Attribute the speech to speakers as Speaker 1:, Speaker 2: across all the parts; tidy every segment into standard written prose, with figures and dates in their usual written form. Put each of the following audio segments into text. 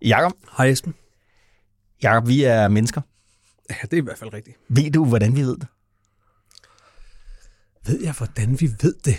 Speaker 1: Jakob.
Speaker 2: Hej Esben.
Speaker 1: Jakob, vi er mennesker.
Speaker 2: Ja, det er i hvert fald rigtigt.
Speaker 1: Ved du, hvordan vi ved det?
Speaker 2: Ved jeg, hvordan vi ved det?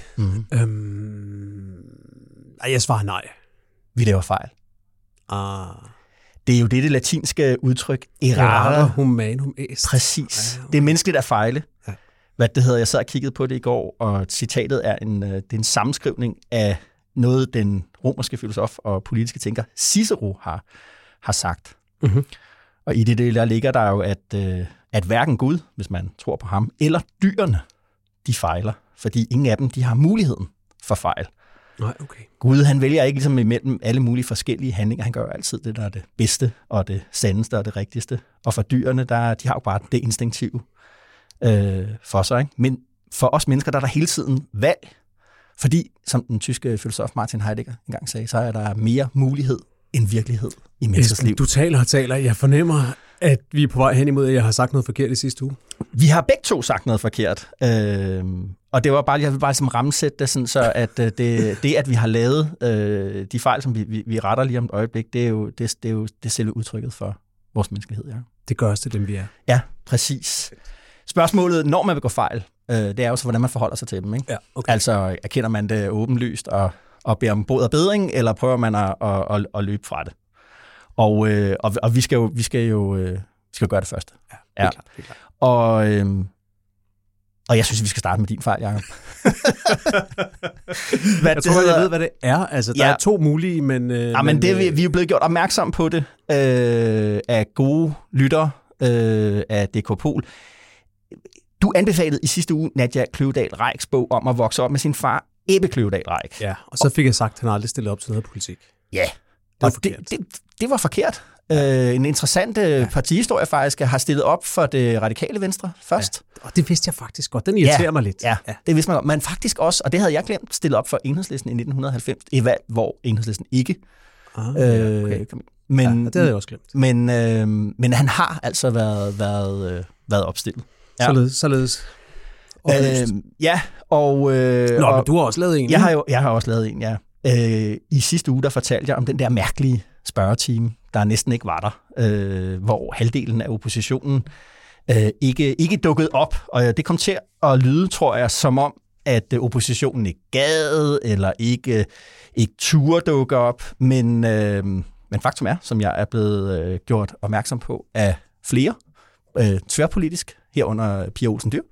Speaker 2: Jeg svarer nej.
Speaker 1: Vi laver fejl. Det er jo det latinske udtryk errare
Speaker 2: humanum est.
Speaker 1: Præcis. Det er menneskeligt at fejle. Ja. Hvad det hedder, jeg sad og kiggede på det i går, og citatet er en sammenskrivning af noget, den romerske filosof og politiske tænker Cicero har sagt. Mm-hmm. Og i det der ligger der jo, at hverken Gud, hvis man tror på ham, eller dyrene, de fejler. Fordi ingen af dem, de har muligheden for fejl.
Speaker 2: Nej, okay.
Speaker 1: Gud, han vælger ikke ligesom imellem alle mulige forskellige handlinger. Han gør altid det, der er det bedste, og det sandeste, og det rigtigste. Og for dyrene, de har jo bare det instinktive for sig. Ikke? Men for os mennesker, der er der hele tiden valg. Fordi, som den tyske filosof Martin Heidegger engang sagde, så er der mere mulighed end virkelighed i menneskers liv.
Speaker 2: Du taler og taler. Jeg fornemmer, at vi er på vej hen imod, at jeg har sagt noget forkert i sidste uge.
Speaker 1: Vi har begge to sagt noget forkert. Og det var bare, jeg vil bare ligesom rammesætte det, sådan, så at det, at vi har lavet de fejl, som vi retter lige om et øjeblik, det er jo selve udtrykket for vores menneskelighed. Ja.
Speaker 2: Det gør os til dem, vi er.
Speaker 1: Ja, præcis. Spørgsmålet, når man begår fejl, det er jo så, hvordan man forholder sig til dem. Ikke?
Speaker 2: Ja, okay.
Speaker 1: Altså, erkender man det åbenlyst og beder om bod og bedring, eller prøver man at løbe fra det? Og vi skal jo gøre det første.
Speaker 2: Ja, det er klart.
Speaker 1: Og jeg synes, vi skal starte med din fejl, Jacob.
Speaker 2: Jeg tror, jeg ved, hvad det er. Altså, der er to mulige, men...
Speaker 1: men vi er jo blevet gjort opmærksom på det af gode lyttere af DK Pol. Du anbefalede i sidste uge Nadja Kløvedal Reichs bog om at vokse op med sin far, Ebbe Kløvedal Reich.
Speaker 2: Ja, og så fik jeg sagt, at han aldrig stillede op til noget politik.
Speaker 1: Ja, det var forkert. En interessant partihistorie faktisk har stillet op for det radikale venstre først.
Speaker 2: Ja, og det vidste jeg faktisk godt. Den irriterer mig lidt.
Speaker 1: Ja, det vidste man godt. Men faktisk også, og det havde jeg glemt, stillet op for Enhedslisten i 1990, i valg, hvor Enhedslisten ikke.
Speaker 2: Okay. Men, det havde jeg også glemt.
Speaker 1: Men han har altså været opstillet.
Speaker 2: Ja. Således.
Speaker 1: Ja, og...
Speaker 2: men du har også lavet en.
Speaker 1: Jeg har også lavet en, ja. I sidste uge, der fortalte jeg om den der mærkelige spørgetime, der næsten ikke var der, hvor halvdelen af oppositionen ikke dukkede op. Og det kom til at lyde, tror jeg, som om, at oppositionen ikke gad, eller ikke turde dukke op. Men faktum er, som jeg er blevet gjort opmærksom på af flere, tværpolitisk, herunder Pia Olsen Dyhr,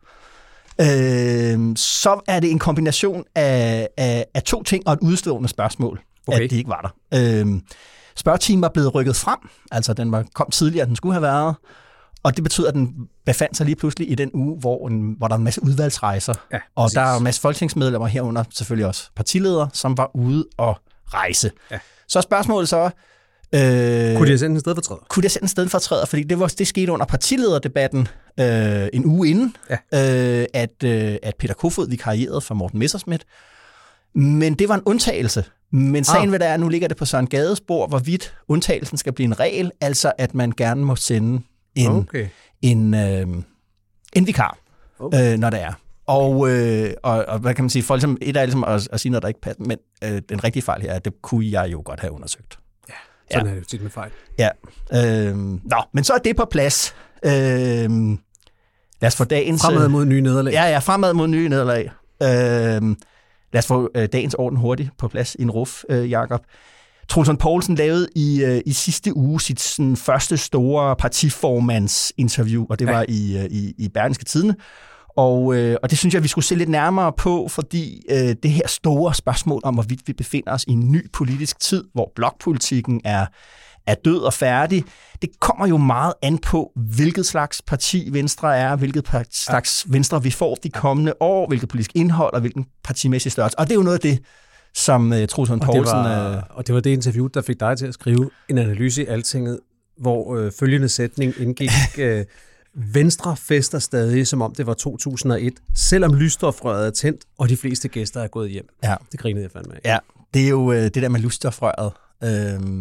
Speaker 1: så er det en kombination af to ting og et udstående spørgsmål, at de ikke var der. Spørgetimen var blevet rykket frem, altså den kom tidligere, end den skulle have været, og det betyder, at den befandt sig lige pludselig i den uge, hvor der er en masse udvalgsrejser, og der er en masse folketingsmedlemmer herunder, selvfølgelig også partiledere, som var ude og rejse. Ja. Så spørgsmålet så...
Speaker 2: kunne de have sendt en stedfortræder?
Speaker 1: Kunne de have sendt en stedfortræder, fordi det skete under partilederdebatten en uge inden, at Peter Kofod vikarierede for Morten Messerschmidt. Men det var en undtagelse. Men sagen ved det er, nu ligger det på Søren Gades bord, hvorvidt undtagelsen skal blive en regel, altså at man gerne må sende en vikar, når det er. Og hvad kan man sige, folk som et er ligesom at sige noget, der ikke passer, men den rigtige fejl her, det kunne jeg jo godt have undersøgt.
Speaker 2: Sådan er det jo tit med fejl.
Speaker 1: Ja. Men så er det på plads. Lad os få dagens...
Speaker 2: Fremad mod nye nederlag.
Speaker 1: Ja, fremad mod nye nederlag. Lad os få dagens orden hurtigt på plads i en ruf, Jakob. Troels Lund Poulsen lavede i sidste uge sit sådan, første store partiformandsinterview, og det var i Berlingske Tidende. Og det synes jeg, vi skulle se lidt nærmere på, fordi det her store spørgsmål om, hvorvidt vi befinder os i en ny politisk tid, hvor blokpolitikken er død og færdig, det kommer jo meget an på, hvilket slags parti Venstre er, hvilket slags Venstre vi får de kommende år, hvilket politisk indhold og hvilken partimæssig størrelse. Og det er jo noget af det, som Troels Lund Poulsen...
Speaker 2: Og det var det interview, der fik dig til at skrive en analyse i Altinget, hvor følgende sætning indgik... Venstre fester stadig, som om det var 2001, selvom lysstofrøret er tændt, og de fleste gæster er gået hjem. Ja. Det grinede jeg fandme af.
Speaker 1: Ja, det er jo det der med lysstofrøret.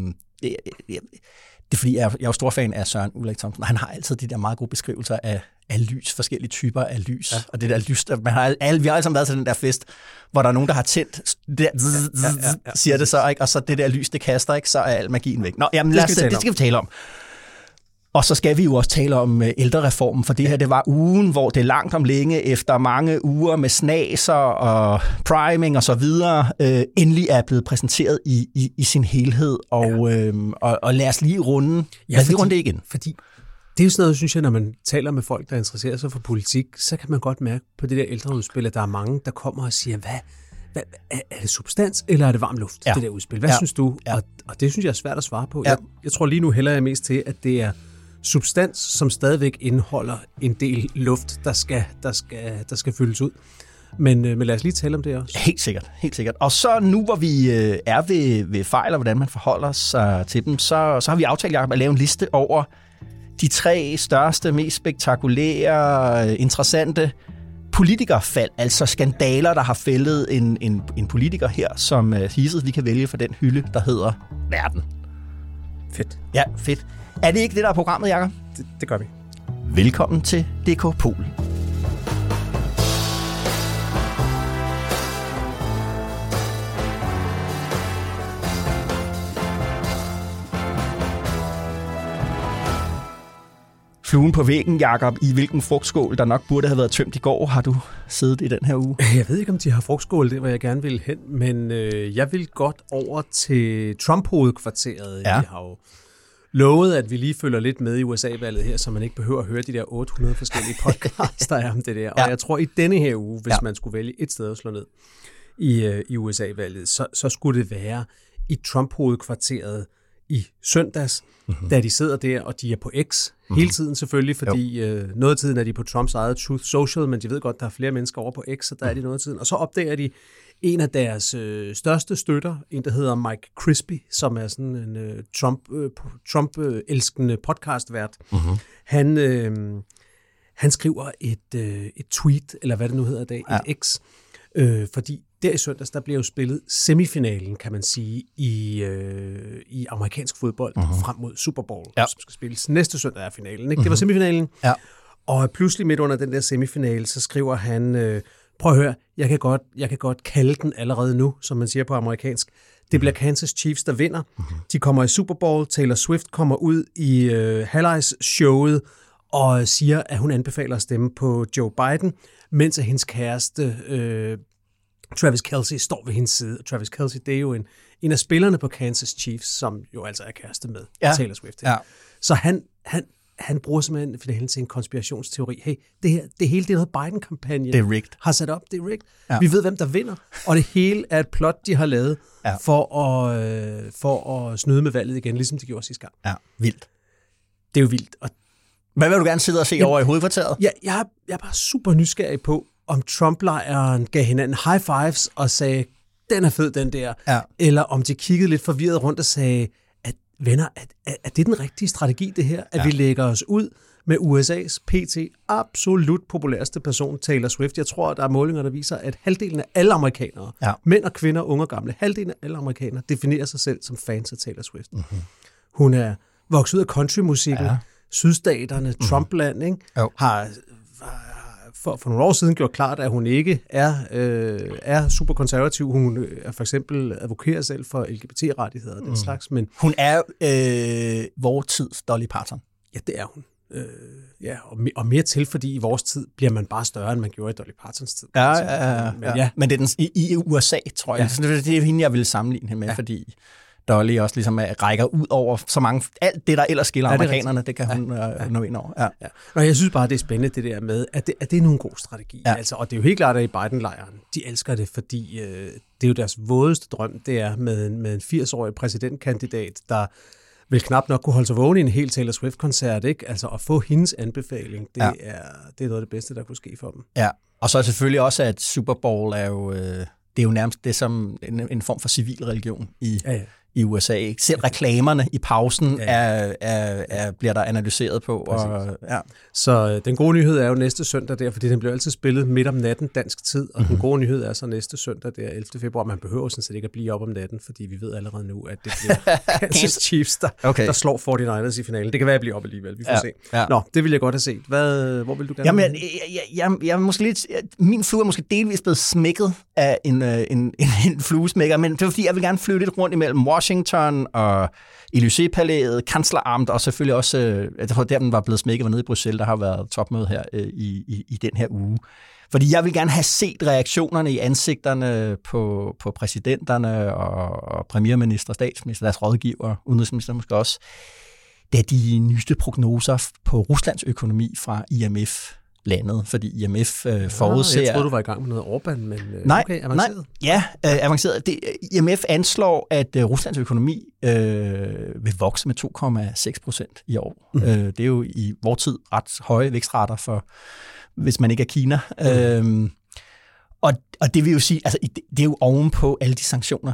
Speaker 1: Det er fordi, jeg er jo stor fan af Søren Ulrik Thomsen, og han har altid de der meget gode beskrivelser af af lys, forskellige typer af lys. Ja. Og det der lys, vi har alle sammen været til den der fest, hvor der er nogen, der har tændt, siger det så, ikke? Og så det der lys, det kaster, ikke? Så er al magien væk. Nå, jamen, det skal vi tale om. Og så skal vi jo også tale om ældrereformen, for det her, det var ugen, hvor det langt om længe, efter mange uger med snaser og priming og så videre, endelig er blevet præsenteret i sin helhed. Og lad os lige runde det igen.
Speaker 2: Fordi det er jo sådan noget, synes jeg, når man taler med folk, der interesserer sig for politik, så kan man godt mærke på det der ældreudspil, at der er mange, der kommer og siger, hvad er det substans, eller er det varm luft, det der udspil? Hvad synes du? Ja. Og det synes jeg er svært at svare på. Ja. Jeg tror lige nu hælder jeg mest til, at det er substans, som stadigvæk indeholder en del luft, der skal fyldes ud. Men lad os lige tale om det også.
Speaker 1: Helt sikkert. Og så nu, hvor vi er ved fejl, og hvordan man forholder sig til dem, så har vi aftalt, Jacob, at lave en liste over de 3 største, mest spektakulære, interessante politikerfald, altså skandaler, der har fældet en politiker her, som Hiset lige kan vælge for den hylde, der hedder verden.
Speaker 2: Fedt.
Speaker 1: Ja, fedt. Er det ikke det, der er programmet, Jacob?
Speaker 2: Det gør vi.
Speaker 1: Velkommen til DK Pol. Fluen på væggen, Jacob, i hvilken frugtskål, der nok burde have været tømt i går, har du siddet i den her uge?
Speaker 2: Jeg ved ikke, om de har frugtskål, det hvor jeg gerne vil hen, men jeg vil godt over til Trump-hovedkvarteret. Ja. Vi har jo lovet, at vi lige følger lidt med i USA-valget her, så man ikke behøver at høre de der 800 forskellige podcasts, der er om det der. Og jeg tror, i denne her uge, hvis man skulle vælge et sted at slå ned i USA-valget, så skulle det være i Trump-hovedkvarteret i søndags, da de sidder der, og de er på X hele tiden selvfølgelig, fordi noget af tiden er de på Trumps eget Truth Social, men de ved godt, der er flere mennesker over på X, så der er de noget af tiden. Og så opdager de en af deres største støtter, en der hedder Mike Crispy, som er sådan en Trump-elskende podcastvært. Han skriver et tweet, eller hvad det nu hedder i dag, et X, fordi der i søndags, der bliver jo spillet semifinalen, kan man sige, i amerikansk fodbold frem mod Super Bowl, som skal spilles næste søndag er finalen. Ikke? Det var semifinalen, og pludselig midt under den der semifinale, så skriver han, prøv at høre, jeg kan godt kalde den allerede nu, som man siger på amerikansk. Det bliver Kansas Chiefs, der vinder. De kommer i Super Bowl, Taylor Swift kommer ud i halvlejsshowet og siger, at hun anbefaler at stemme på Joe Biden, mens hendes kæreste Travis Kelce står ved hendes side. Travis Kelce, det er jo en af spillerne på Kansas Chiefs, som jo altså er kæreste med Taylor Swift. Ja. Så han bruger simpelthen finalen til en konspirationsteori. Hey, det hele det er noget Biden-kampagnen har sat op. Det er rigged. Ja. Vi ved, hvem der vinder, og det hele er et plot, de har lavet for at snyde med valget igen, ligesom de gjorde sidste gang.
Speaker 1: Ja, vildt.
Speaker 2: Det er jo vildt. Og
Speaker 1: hvad vil du gerne sidde og se over i hovedkvarteret?
Speaker 2: Ja, jeg er bare super nysgerrig på, om Trump-lejren gav hinanden high fives og sagde, den er fed, den der. Ja. Eller om de kiggede lidt forvirret rundt og sagde, at venner, er det den rigtige strategi, det her? At vi lægger os ud med USA's pt. Absolut populærste person, Taylor Swift. Jeg tror, der er målinger, der viser, at halvdelen af alle amerikanere, mænd og kvinder, unge og gamle, halvdelen af alle amerikanere definerer sig selv som fans af Taylor Swift. Hun er vokset ud af countrymusikken, sydstaterne, Trumpland, ikke? Har for nogle år siden gjort klart, at hun ikke er super konservativ. Hun er for eksempel advokerer selv for LGBT-rettigheder og den slags. Men
Speaker 1: hun er vores tids Dolly Parton.
Speaker 2: Ja, det er hun. Og mere til, fordi i vores tid bliver man bare større, end man gjorde i Dolly Partons tid.
Speaker 1: Men det er den, i USA, tror jeg. Ja. Det er hende, jeg ville sammenligne hende med, fordi Dolly også ligesom rækker ud over så mange, alt det, der ellers skiller amerikanerne, det kan hun nå ind over. Ja.
Speaker 2: Nå, jeg synes bare, det er spændende det der med, at det er nogen god strategi. Ja. Altså, og det er jo helt klart, at i Biden-lejren, de elsker det, fordi det er jo deres vådeste drøm, det er med en 80-årig præsidentkandidat, der vil knap nok kunne holde sig vågen i en hel Taylor Swift-koncert, ikke? Altså at få hendes anbefaling, det er noget af det bedste, der kunne ske for dem.
Speaker 1: Ja, og så selvfølgelig også, at Super Bowl er jo... det er jo nærmest det som en form for civil religion i USA. Ikke? Selv reklamerne i pausen bliver der analyseret på. Og, ja.
Speaker 2: Så den gode nyhed er jo næste søndag der, fordi den bliver altid spillet midt om natten dansk tid, og den gode nyhed er så næste søndag der 11. februar. Man behøver sådan set ikke at blive op om natten, fordi vi ved allerede nu, at det bliver Kansas Chiefs, der slår 49ers i finalen. Det kan være, at jeg bliver op alligevel. Vi får se. Ja. Nå, det vil jeg godt have set. Hvor vil du gerne?
Speaker 1: Jamen, jeg måske lidt, min flue er måske delvis blevet smækket af en fluesmækker, men det er fordi, jeg vil gerne flyve lidt rundt imellem Washington og Élysée-palæet, Kanzleramt, og selvfølgelig også, jeg tror, der den var blevet smækket, var nede i Bruxelles, der har været topmøde her i den her uge. Fordi jeg vil gerne have set reaktionerne i ansigterne på præsidenterne og premierminister, statsminister, deres rådgiver, udenrigsminister måske også, da de nyeste prognoser på Ruslands økonomi fra IMF landede, fordi IMF forudser...
Speaker 2: Jeg troede, du var i gang med noget Orbán, men okay, avanceret.
Speaker 1: Avanceret. IMF anslår, at Ruslands økonomi vil vokse med 2,6% i år. Det er jo i vores tid ret høje vækstrater, for hvis man ikke er Kina. Og det vil jo sige, altså det er jo ovenpå alle de sanktioner,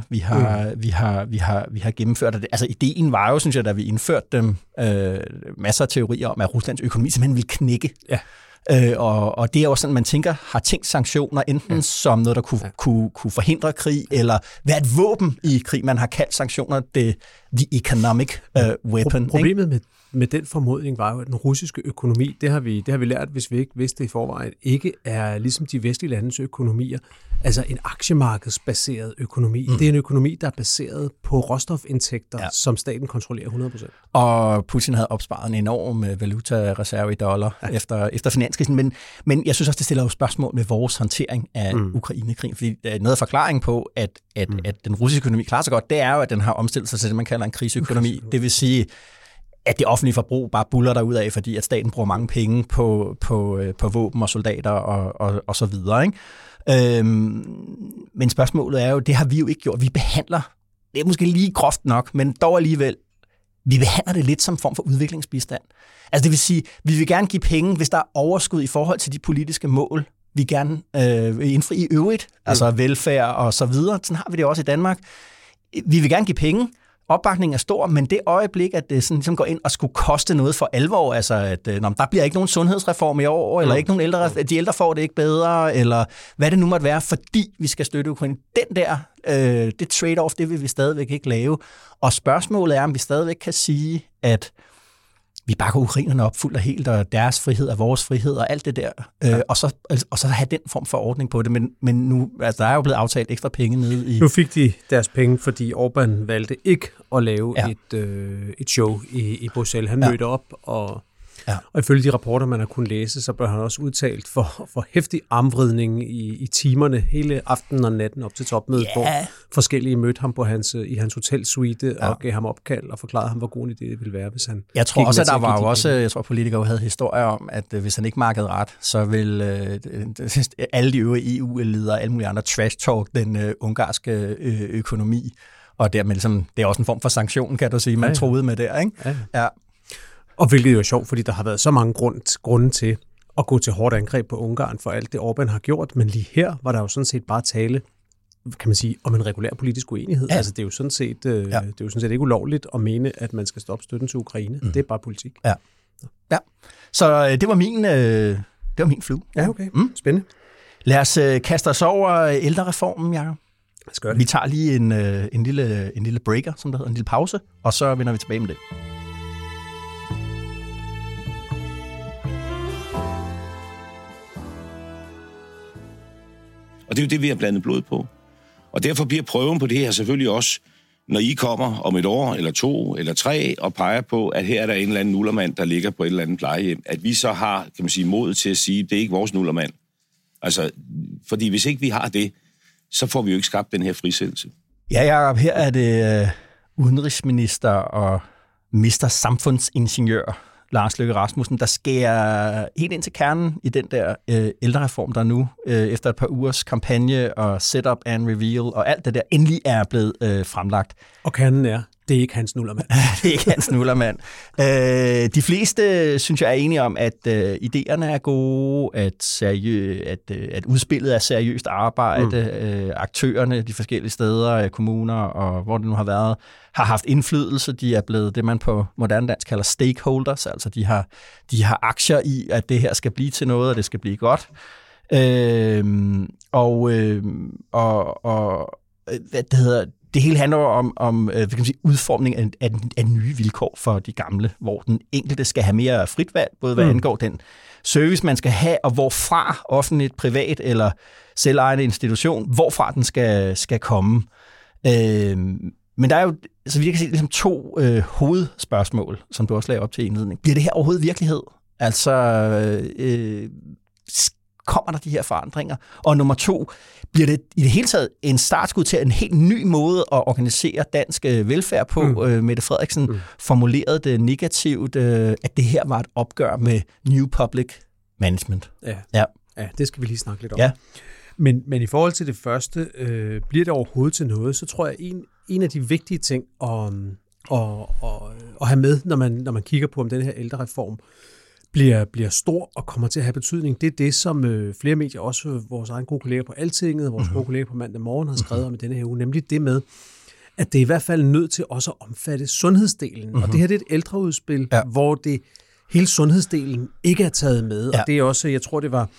Speaker 1: vi har gennemført. Altså ideen var jo, synes jeg, da vi indførte dem, masser af teorier om, at Ruslands økonomi simpelthen vil knække. Ja. Og det er også sådan, man har tænkt sanktioner enten som noget, der kunne forhindre krig, eller være et våben i krig. Man har kaldt sanktioner the economic weapon.
Speaker 2: Problemet med den formodning var jo, at den russiske økonomi, det har vi lært, hvis vi ikke vidste det i forvejen, ikke er ligesom de vestlige landes økonomier, altså en aktiemarkedsbaseret økonomi. Det er en økonomi, der er baseret på råstofindtægter, som staten kontrollerer 100%.
Speaker 1: Og Putin havde opsparet en enorm valutareserve i dollar efter finanskrisen, men jeg synes også, det stiller jo spørgsmål med vores håndtering af Ukraine-krigen, fordi noget af forklaringen på, at den russiske økonomi klarer sig godt, det er jo, at den har omstillet sig til det, man kalder en krigsøkonomi. Det vil sige, at det offentlige forbrug bare buller derudad, fordi at staten bruger mange penge på våben og soldater og så videre. Ikke? Men spørgsmålet er jo, det har vi jo ikke gjort. Vi behandler, det er måske lige groft nok, men dog alligevel, vi behandler det lidt som form for udviklingsbistand. Altså det vil sige, vi vil gerne give penge, hvis der er overskud i forhold til de politiske mål, vi gerne vil indfri i øvrigt, altså velfærd og så videre. Sådan har vi det også i Danmark. Vi vil gerne give penge. Opbakningen er stor, men det øjeblik, at det sådan, ligesom går ind og skulle koste noget for alvor, altså at der bliver ikke nogen sundhedsreform i år, eller ikke nogen de ældre får det ikke bedre, eller hvad det nu måtte være, fordi vi skal støtte Ukraine. Det trade-off, det vil vi stadigvæk ikke lave. Og spørgsmålet er, om vi stadigvæk kan sige, at vi bakker ukrainerne op fuldt og helt, og deres frihed er vores frihed, og alt det der. Og så have den form for ordning på det. Men nu, altså, der er jo blevet aftalt ekstra penge nede i...
Speaker 2: Nu fik de deres penge, fordi Orbán valgte ikke at lave et show i Bruxelles. Han mødte op, og ifølge de rapporter, man har kunnet læse, så blev han også udtalt for heftig armvridning i timerne hele aftenen og natten op til topmødet, hvor forskellige mødte ham i hans hotelsuite og gav ham opkald og forklarede ham, hvor god idé det ville være, hvis han...
Speaker 1: Jeg tror også, at der var jo også, politikere havde historier om, at hvis han ikke markede ret, så vil alle de øvrige EU-ledere og alle mulige andre trash-talk den ungarske økonomi, og dermed ligesom, det er også en form for sanktion, kan du sige, man troede med der, ikke? Ja.
Speaker 2: Og hvilket jo er sjovt, fordi der har været så mange grunde til at gå til hårdt angreb på Ungarn for alt det, Orbán har gjort. Men lige her var der jo sådan set bare tale, kan man sige, om en regulær politisk uenighed. Ja. Altså det er jo sådan set, ikke ulovligt at mene, at man skal stoppe støtten til Ukraine. Det er bare politik.
Speaker 1: Ja. Så det var min flue.
Speaker 2: Ja, okay. Spændende.
Speaker 1: Lad os kaste os over ældrereformen, Jacob. Vi tager lige en lille breaker, som der hedder, en lille pause, og så vender vi tilbage med det.
Speaker 3: Og det er jo det, vi har blandet blod på. Og derfor bliver prøven på det her selvfølgelig også, når I kommer om et år, eller 2, eller 3, og peger på, at her er der en eller anden nullermand, der ligger på et eller andet plejehjem, at vi så har, kan man sige, mod til at sige, det er ikke vores nullermand. Altså, fordi hvis ikke vi har det, så får vi jo ikke skabt den her frisættelse.
Speaker 1: Ja, Jacob, her er det udenrigsminister og mister samfundsingeniør Lars Løkke Rasmussen, der skærer helt ind til kernen i den der ældrereform, der nu efter et par ugers kampagne og setup and reveal og alt det der endelig er blevet fremlagt.
Speaker 2: Og kernen er, Det er ikke Hans Nullermand.
Speaker 1: Det er ikke Hans Nullermand. De fleste, synes jeg, er enige om, at idéerne er gode, at udspillet er seriøst arbejde, aktørerne de forskellige steder, kommuner og hvor det nu har været, har haft indflydelse. De er blevet det, man på moderne dansk kalder stakeholders, altså de har aktier i, at det her skal blive til noget, og det skal blive godt. Hvad det hedder, det hele handler om udformning af nye vilkår for de gamle, hvor den enkelte skal have mere frit valg, både hvad angår den service, man skal have, og hvorfra offentligt, privat eller selvejende institution, hvorfra den skal komme. Men der er jo, så vi kan se ligesom to hovedspørgsmål, som du også lagde op til i indledning. Bliver det her overhovedet virkelighed? Altså, kommer der de her forandringer? Og nummer 2, bliver det i det hele taget en startskud til en helt ny måde at organisere dansk velfærd på? Mette Frederiksen formulerede det negativt, at det her var et opgør med New Public Management.
Speaker 2: Ja, det skal vi lige snakke lidt om.
Speaker 1: Ja.
Speaker 2: Men i forhold til det første, bliver det overhovedet til noget, så tror jeg, en af de vigtige ting at have med, når man kigger på, om den her ældrereform bliver stor og kommer til at have betydning, det er det, som flere medier, også vores egen gode kolleger på Altinget, vores gode kolleger på Mandag Morgen har skrevet om i denne her uge, nemlig det med, at det er i hvert fald nødt til også at omfatte sundhedsdelen. Og det her det er et ældreudspil, hvor det hele sundhedsdelen ikke er taget med. Og det er også, jeg tror det var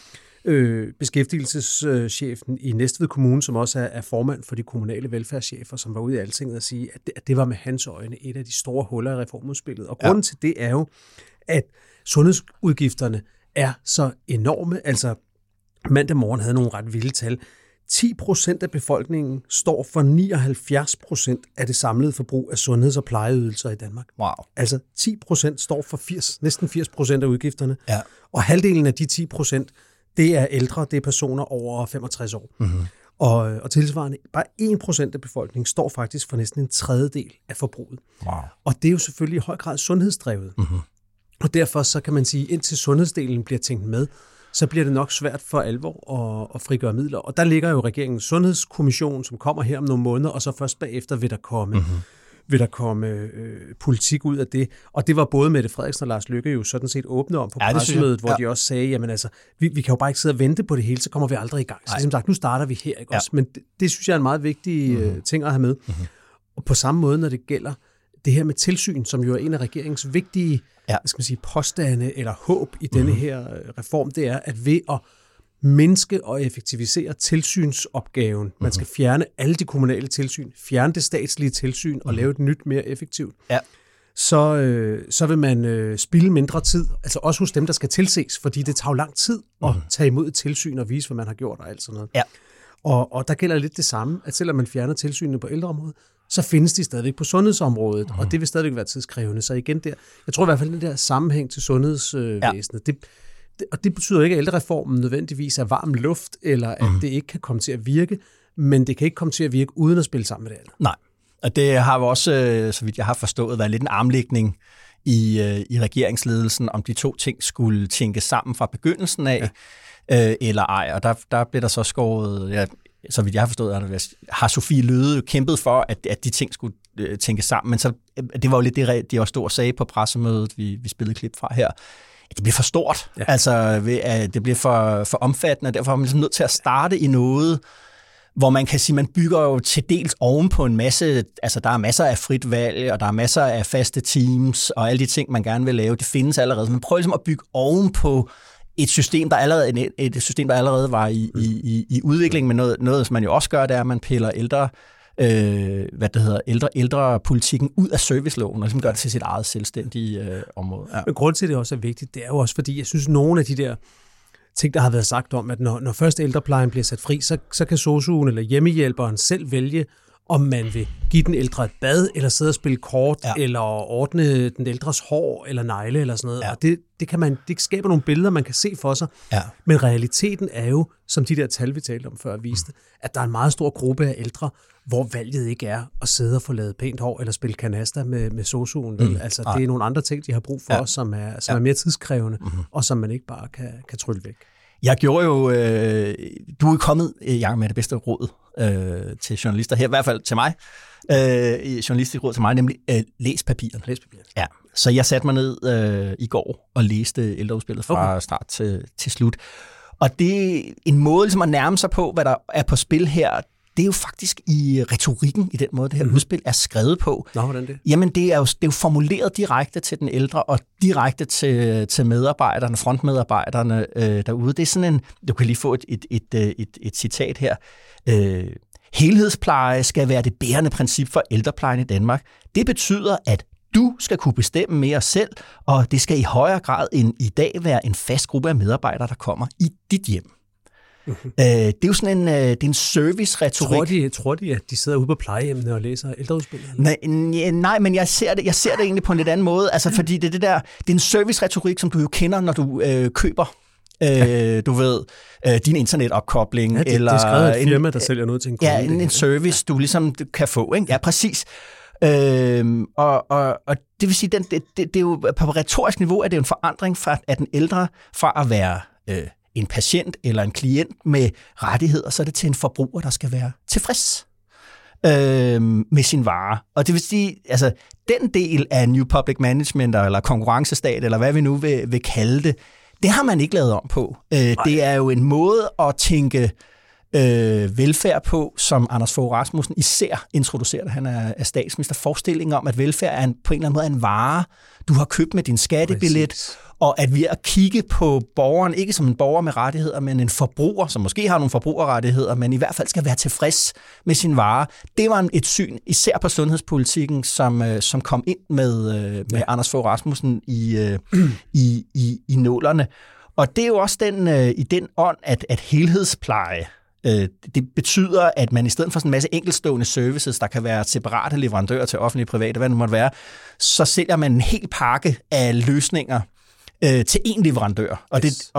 Speaker 2: beskæftigelseschefen i Næstved Kommune, som også er formand for de kommunale velfærdschefer, som var ude i Altinget og sige, at det var med hans øjne et af de store huller i reformudspillet. Og grunden til det er jo, at sundhedsudgifterne er så enorme. Altså, Mandag Morgen havde nogle ret vilde tal. 10% af befolkningen står for 79% af det samlede forbrug af sundheds- og plejeydelser i Danmark.
Speaker 1: Wow.
Speaker 2: Altså 10% står for næsten 80% af udgifterne.
Speaker 1: Ja.
Speaker 2: Og halvdelen af de 10%, det er ældre, det er personer over 65 år. Mm-hmm. Og tilsvarende, bare 1% af befolkningen står faktisk for næsten en tredjedel af forbruget.
Speaker 1: Wow.
Speaker 2: Og det er jo selvfølgelig i høj grad sundhedsdrevet. Mm-hmm. Og derfor så kan man sige, indtil sundhedsdelen bliver tænkt med, så bliver det nok svært for alvor at frigøre midler. Og der ligger jo regeringens sundhedskommission, som kommer her om nogle måneder, og så først bagefter vil der komme politik ud af det. Og det var både Mette Frederiksen og Lars Løkke jo sådan set åbne om på pressemødet, hvor de også sagde, jamen altså, vi kan jo bare ikke sidde og vente på det hele, så kommer vi aldrig i gang. Så som sagt, nu starter vi her, ikke også? Men det synes jeg er en meget vigtig ting at have med. Mm-hmm. Og på samme måde, når det gælder det her med tilsyn, som jo er en af regeringens vigtige påstande eller håb i denne her reform, det er, at ved at mindske og effektivisere tilsynsopgaven, man skal fjerne alle de kommunale tilsyn, fjerne det statslige tilsyn og lave et nyt, mere effektivt, så vil man spilde mindre tid, altså også hos dem, der skal tilses, fordi det tager jo lang tid at tage imod et tilsyn og vise, hvad man har gjort og alt sådan noget. Ja. Og der gælder lidt det samme, at selvom man fjerner tilsynene på ældreområdet, så findes de stadigvæk på sundhedsområdet, og det vil stadigvæk være tidskrævende. Så igen der, jeg tror i hvert fald, den der sammenhæng til sundhedsvæsenet, og det betyder ikke, at ældrereformen nødvendigvis er varm luft, eller at det ikke kan komme til at virke, men det kan ikke komme til at virke uden at spille sammen med det andet.
Speaker 1: Nej, og det har jo også, så vidt jeg har forstået, været lidt en armlægning i regeringsledelsen, om de to ting skulle tænkes sammen fra begyndelsen af, eller ej. Og der blev der så skåret, så vidt jeg har forstået, har Sofie Løhde kæmpet for, at de ting skulle tænkes sammen. Men så, det var jo lidt det, de også stod og sagde på pressemødet, vi spillede klip fra her. Det bliver for stort. Ja. Altså, det bliver for omfattende, og derfor er man ligesom nødt til at starte i noget, hvor man kan sige, man bygger jo til dels oven på en masse, altså der er masser af frit valg, og der er masser af faste teams, og alle de ting, man gerne vil lave, det findes allerede. Man prøver ligesom at bygge oven på et system, der allerede var i udvikling, men noget, som man jo også gør, det er, at man piller ældrepolitikken ud af serviceloven, og ligesom gør det til sit eget selvstændige område. Ja.
Speaker 2: Men grund til, det også er vigtigt, det er jo også, fordi jeg synes, nogle af de der ting, der har været sagt om, at når først ældreplejen bliver sat fri, så kan sosu'en eller hjemmehjælperen selv vælge, om man vil give den ældre et bad, eller sidde og spille kort, eller ordne den ældres hår, eller negle, eller sådan noget. Ja. Og det skaber nogle billeder, man kan se for sig. Ja. Men realiteten er jo, som de der tal, vi talte om før, viste, at der er en meget stor gruppe af ældre, hvor valget ikke er at sidde og få lavet pænt hår, eller spille kanasta med sosu'en. Altså, det er nogle andre ting, de har brug for, som er mere tidskrævende, og som man ikke bare kan trylle væk.
Speaker 1: Jeg gjorde jo... du er jo kommet i gang med det bedste råd til journalister her, i hvert fald til mig. Journalistisk råd til mig, nemlig læs papiret.
Speaker 2: Læs papiret.
Speaker 1: Ja, så jeg satte mig ned i går og læste ældreudspillet fra start til slut. Og det er en måde ligesom at nærme sig på, hvad der er på spil her. Det er jo faktisk i retorikken, i den måde, det her udspil er skrevet på.
Speaker 2: Nå, hvordan det?
Speaker 1: Jamen, det er jo formuleret direkte til den ældre, og direkte til medarbejderne, frontmedarbejderne derude. Det er sådan en... Du kan lige få et citat her. Helhedspleje skal være det bærende princip for ældreplejen i Danmark. Det betyder, at du skal kunne bestemme mere selv, og det skal i højere grad end i dag være en fast gruppe af medarbejdere, der kommer i dit hjem. Det er jo sådan en service-retorik.
Speaker 2: Tror de, at de sidder ude på plejehjemmene og læser ældreudspillet?
Speaker 1: Nej, men jeg ser det egentlig på en lidt anden måde. Altså, fordi det er en service-retorik, som du jo kender, når du køber. Du ved, din internetopkobling.
Speaker 2: Ja, det er skrevet af et firma, der sælger noget til en kunde.
Speaker 1: Ja, en service, du ligesom kan få. Ikke? Ja, præcis. Og det vil sige, det er jo på retorisk niveau, at det er en forandring af den ældre fra at være en patient eller en klient med rettigheder, så er det til en forbruger, der skal være tilfreds med sin vare. Og det vil sige, altså den del af New Public Management eller konkurrencestat, eller hvad vi nu vil kalde det har man ikke lavet om på. Det er jo en måde at tænke velfærd på, som Anders Fogh Rasmussen især introducerer, han er statsminister. Forestillingen om, at velfærd er på en eller anden måde en vare, du har købt med din skattebillet, og at vi er at kigge på borgeren, ikke som en borger med rettigheder, men en forbruger, som måske har nogle forbrugerrettigheder, men i hvert fald skal være tilfreds med sin vare. Det var et syn, især på sundhedspolitikken, som kom ind med Anders Fogh Rasmussen i nålerne. Og det er jo også i den ånd, at helhedspleje, det betyder, at man i stedet for sådan en masse enkeltstående services, der kan være separate leverandører til offentlige og private, hvad det måtte være, så sælger man en hel pakke af løsninger til én leverandør. Og det,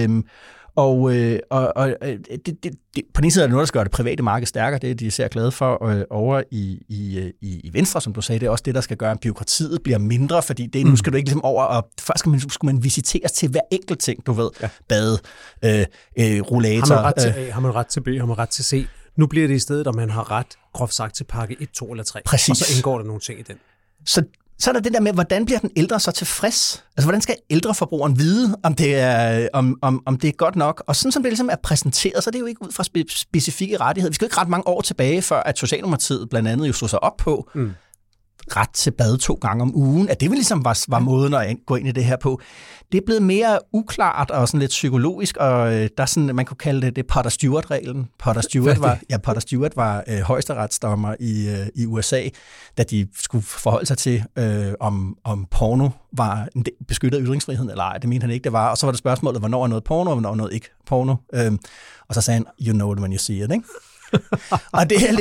Speaker 1: på den ene side er det noget, der skal gøre det private marked stærkere, det er de især glade for over i Venstre, som du sagde, det er også det, der skal gøre, at bureaukratiet bliver mindre, fordi det, nu skal du ikke ligesom over, og først skulle man visiteres til hver enkelt ting, du ved, bad, rollator.
Speaker 2: Har man ret til A, har man ret til B, har man ret til C. Nu bliver det i stedet, at man har ret, groft sagt, til pakke 1, 2 eller 3.
Speaker 1: Præcis.
Speaker 2: Og så indgår der nogle ting i den.
Speaker 1: Så er der det der med, hvordan bliver den ældre så tilfreds? Altså, hvordan skal ældreforbrugeren vide, om det er godt nok? Og sådan som det ligesom er præsenteret, så er det jo ikke ud fra specifikke rettigheder. Vi skal jo ikke ret mange år tilbage, før at Socialdemokratiet blandt andet jo stod sig op på ret til bad 2 gange om ugen. At det vel ligesom var måden at gå ind i det her på. Det er blevet mere uklart og sådan lidt psykologisk, og der er sådan, man kunne kalde det Potter Stewart-reglen. Potter Stewart var højesteretsdommer i USA, da de skulle forholde sig til, om porno var en beskyttet ytringsfriheden eller ej. Det mente han ikke, det var. Og så var det spørgsmålet, hvornår er noget porno, og hvornår er noget ikke porno. Og så sagde han, you know it when you see it, ikke? Og det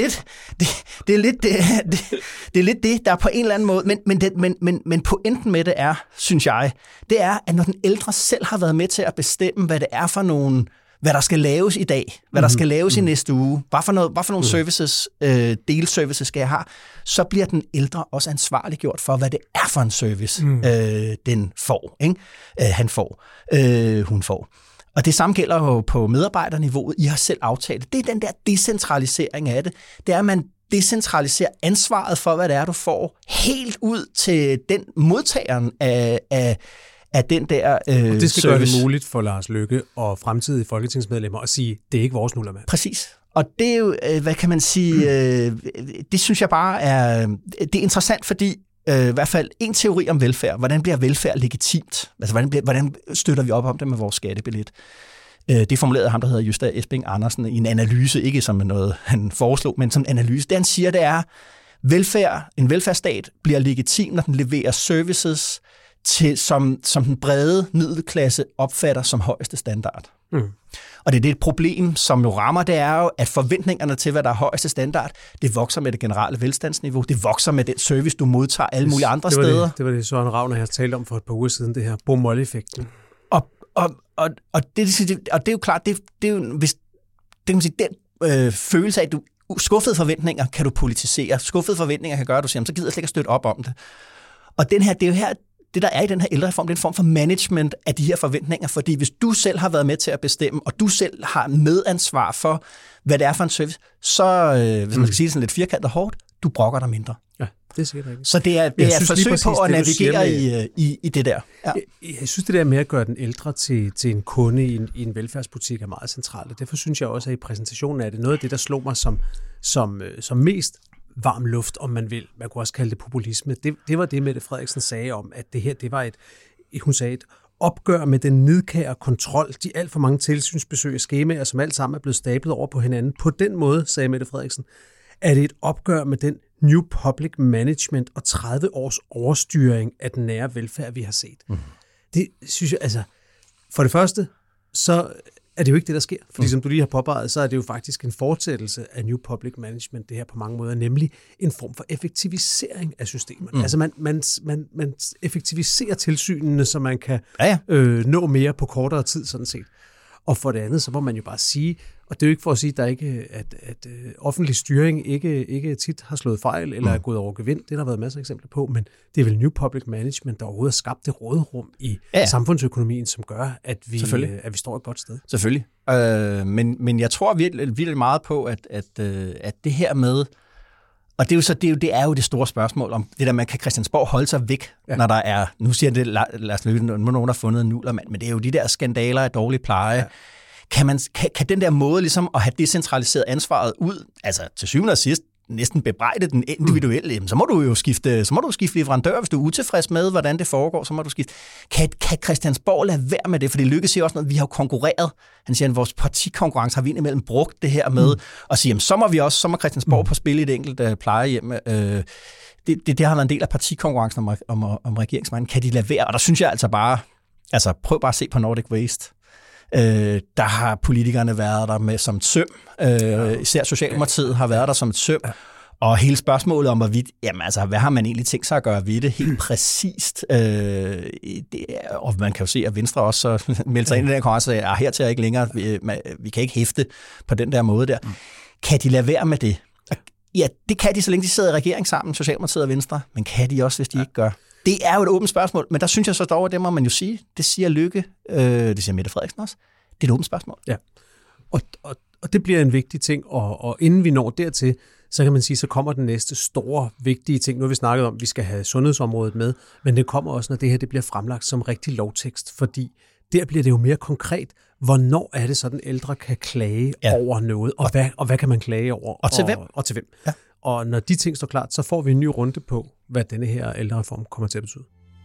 Speaker 1: er lidt det, der på en eller anden måde, men pointen med det er, synes jeg, det er, at når den ældre selv har været med til at bestemme, hvad det er for nogle, hvad der skal laves i dag, hvad der skal laves i næste uge, hvad for nogle services, delservices skal jeg have, så bliver den ældre også ansvarliggjort for, hvad det er for en service, den får, ikke? Han får, hun får. Og det samme gælder jo på medarbejderniveauet. I har selv aftalt det. Det er den der decentralisering af det. Det er, at man decentraliserer ansvaret for, hvad det er, du får, helt ud til den modtageren af den der service.
Speaker 2: Og det skal gøre det muligt for Lars Løkke og fremtidige folketingsmedlemmer at sige, det er ikke vores nullermand.
Speaker 1: Præcis. Og det er jo, hvad kan man sige, det synes jeg bare det er interessant, fordi i hvert fald en teori om velfærd. Hvordan bliver velfærd legitimt? Altså, hvordan støtter vi op om det med vores skattebillet? Det formulerede ham, der hedder Gösta Esping Andersen, i en analyse, ikke som noget, han foreslog, men som en analyse. Det han siger, det er, en velfærdsstat bliver legitim, når den leverer services, som den brede middelklasse opfatter som højeste standard. Og det er et problem, som jo rammer, det er jo, at forventningerne til, hvad der er højeste standard, det vokser med det generelle velstandsniveau, det vokser med den service, du modtager alle mulige andre steder.
Speaker 2: Det var det, Søren Ravner her talte om for et par uger siden, det her Baumol-effekten.
Speaker 1: Og det er jo klart, det er jo, hvis det kan man sige, den følelse af, at du skuffede forventninger kan du politisere. Skuffede forventninger kan gøre, at du siger, så gider jeg slet ikke at støtte op om det. Og den her, det er jo her, det, der er i den her ældrereform, det er en form for management af de her forventninger, fordi hvis du selv har været med til at bestemme, og du selv har medansvar for, hvad det er for en service, så, hvis man skal sige det sådan lidt firkantet hårdt, du brokker dig mindre.
Speaker 2: Ja, det er sikkert rigtigt.
Speaker 1: Så det er et forsøg på at navigere i det der. Ja.
Speaker 2: Jeg synes, det der med at gøre den ældre til en kunde i en velfærdsbutik er meget centralt, og derfor synes jeg også, at i præsentationen er det noget af det, der slog mig som mest varm luft, om man vil. Man kunne også kalde det populisme. Det var det, Mette Frederiksen sagde om, at det her, det var hun sagde et opgør med den nidkære kontrol, de alt for mange tilsynsbesøg og skemaer, som alt sammen er blevet stablet over på hinanden. På den måde, sagde Mette Frederiksen, er det et opgør med den New Public Management og 30 års overstyring af den nære velfærd, vi har set. Det synes jeg, altså, for det første, så er det jo ikke det, der sker. Fordi som du lige har påpeget, så er det jo faktisk en fortsættelse af New Public Management, det her på mange måder, nemlig en form for effektivisering af systemerne. Altså man effektiviserer tilsynene, så man kan nå mere på kortere tid, sådan set. Og for det andet, så må man jo bare sige, og det er jo ikke for at sige, at offentlig styring ikke tit har slået fejl eller er gået over gevind. Det har der været masser af eksempler på, men det er vel New Public Management, der overhovedet har skabt det råderum i samfundsøkonomien, som gør, at vi står et godt sted.
Speaker 1: Selvfølgelig. Men jeg tror virkelig meget på, at det her med, og det er jo det store spørgsmål om det der med, kan Christiansborg holde sig væk, når der er, nu siger det, lad os løbe, nogen har fundet en nullermand, men det er jo de der skandaler af dårlig pleje. Ja. Kan den der måde ligesom at have decentraliseret ansvaret ud, altså til syvende og sidst, næsten bebrejde den individuelle, jamen, så må du skifte leverandør, hvis du er utilfreds med, hvordan det foregår, så må du skifte. Kan Christiansborg lade være med det? For det lykkes jo også noget, vi har jo konkurreret. Han siger, at vores partikonkurrence har vi indimellem brugt det her med at sige, jamen, så må Christiansborg på spil i et enkelt plejehjem. Det har været en del af partikonkurrencen om regeringsmagten. Kan de lade være? Og der synes jeg altså bare, prøv bare at se på Nordic Waste. Der har politikerne været der med som et søm. Især Socialdemokratiet har været der som et søm. Og hele spørgsmålet om, hvad har man egentlig tænkt sig at gøre ved det helt præcist? Og man kan jo se, at Venstre også meldte sig ind i den her konkurrence og sagde, hertil er ikke længere, vi kan ikke hæfte på den der måde der. Kan de lade være med det? Ja, det kan de, så længe de sidder i regering sammen, Socialdemokratiet og Venstre. Men kan de også, hvis de ikke gør? Det er jo et åbent spørgsmål, men der synes jeg så dog, at det må man jo sige. Det siger Løkke, det siger Mette Frederiksen også. Det er et åbent spørgsmål.
Speaker 2: Ja, og det bliver en vigtig ting, og inden vi når dertil, så kan man sige, så kommer den næste store, vigtige ting. Nu har vi snakket om, at vi skal have sundhedsområdet med, men det kommer også, når det her det bliver fremlagt som rigtig lovtekst, fordi der bliver det jo mere konkret. Hvornår er det så, den ældre kan klage over noget, og hvad kan man klage over?
Speaker 1: Og til hvem?
Speaker 2: Og til hvem. Ja. Og når de ting står klart, så får vi en ny runde på, hvad denne her ældrereform kommer til at betyde.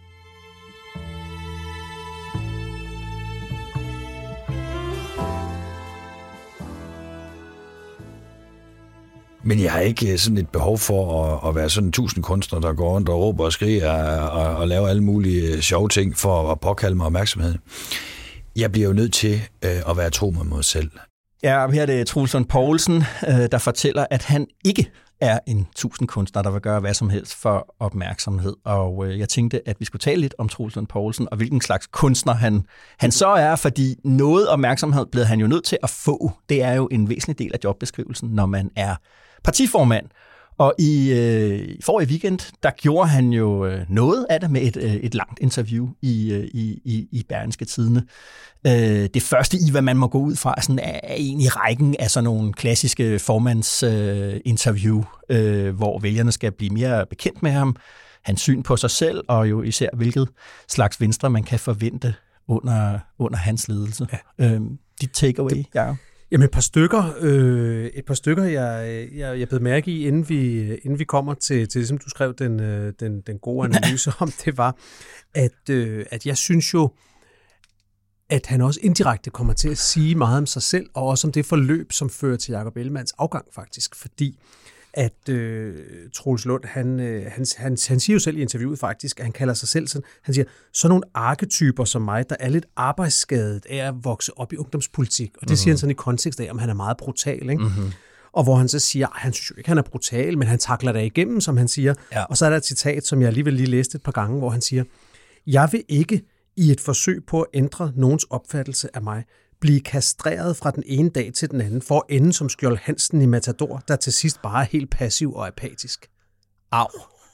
Speaker 4: Men jeg har ikke sådan et behov for at være sådan 1000 kunstnere, der går rundt og råber og skriger og laver alle mulige sjove ting for at påkalde mig opmærksomhed. Jeg bliver jo nødt til at være tro med mig selv.
Speaker 1: Ja, her er det Troels Lund Poulsen, der fortæller, at han ikke er en 1000 kunstner, der vil gøre hvad som helst for opmærksomhed. Og jeg tænkte, at vi skulle tale lidt om Troels Lund Poulsen, og hvilken slags kunstner han så er, fordi noget opmærksomhed bliver han jo nødt til at få. Det er jo en væsentlig del af jobbeskrivelsen, når man er partiformand. Og i forrige weekend, der gjorde han jo noget af det med et langt interview i Berlingske Tidende. Det første i, hvad man må gå ud fra, sådan er egentlig rækken af sådan nogle klassiske formandsinterview, hvor vælgerne skal blive mere bekendt med ham, hans syn på sig selv, og jo især hvilket slags Venstre man kan forvente under hans ledelse. Ja. Dit takeaway, Jacob?
Speaker 2: Jamen et par stykker, jeg blev mærke i, inden vi kommer til som du skrev, den gode analyse om, det var, at jeg synes jo, at han også indirekte kommer til at sige meget om sig selv, og også om det forløb, som fører til Jakob Ellemann-Jensens afgang faktisk, fordi at Troels Lund, han siger jo selv i interviewet faktisk, at han kalder sig selv sådan, han siger, sådan nogle arketyper som mig, der er lidt arbejdsskadet af at vokse op i ungdomspolitik, og det siger han sådan i kontekst af, om han er meget brutal, ikke? Og hvor han så siger, han synes jo ikke, han er brutal, men han takler det igennem, som han siger. Ja. Og så er der et citat, som jeg alligevel lige læste et par gange, hvor han siger, jeg vil ikke i et forsøg på at ændre nogens opfattelse af mig, blive kastreret fra den ene dag til den anden, for at ende som Skjold Hansen i Matador, der til sidst bare er helt passiv og apatisk.
Speaker 1: Au.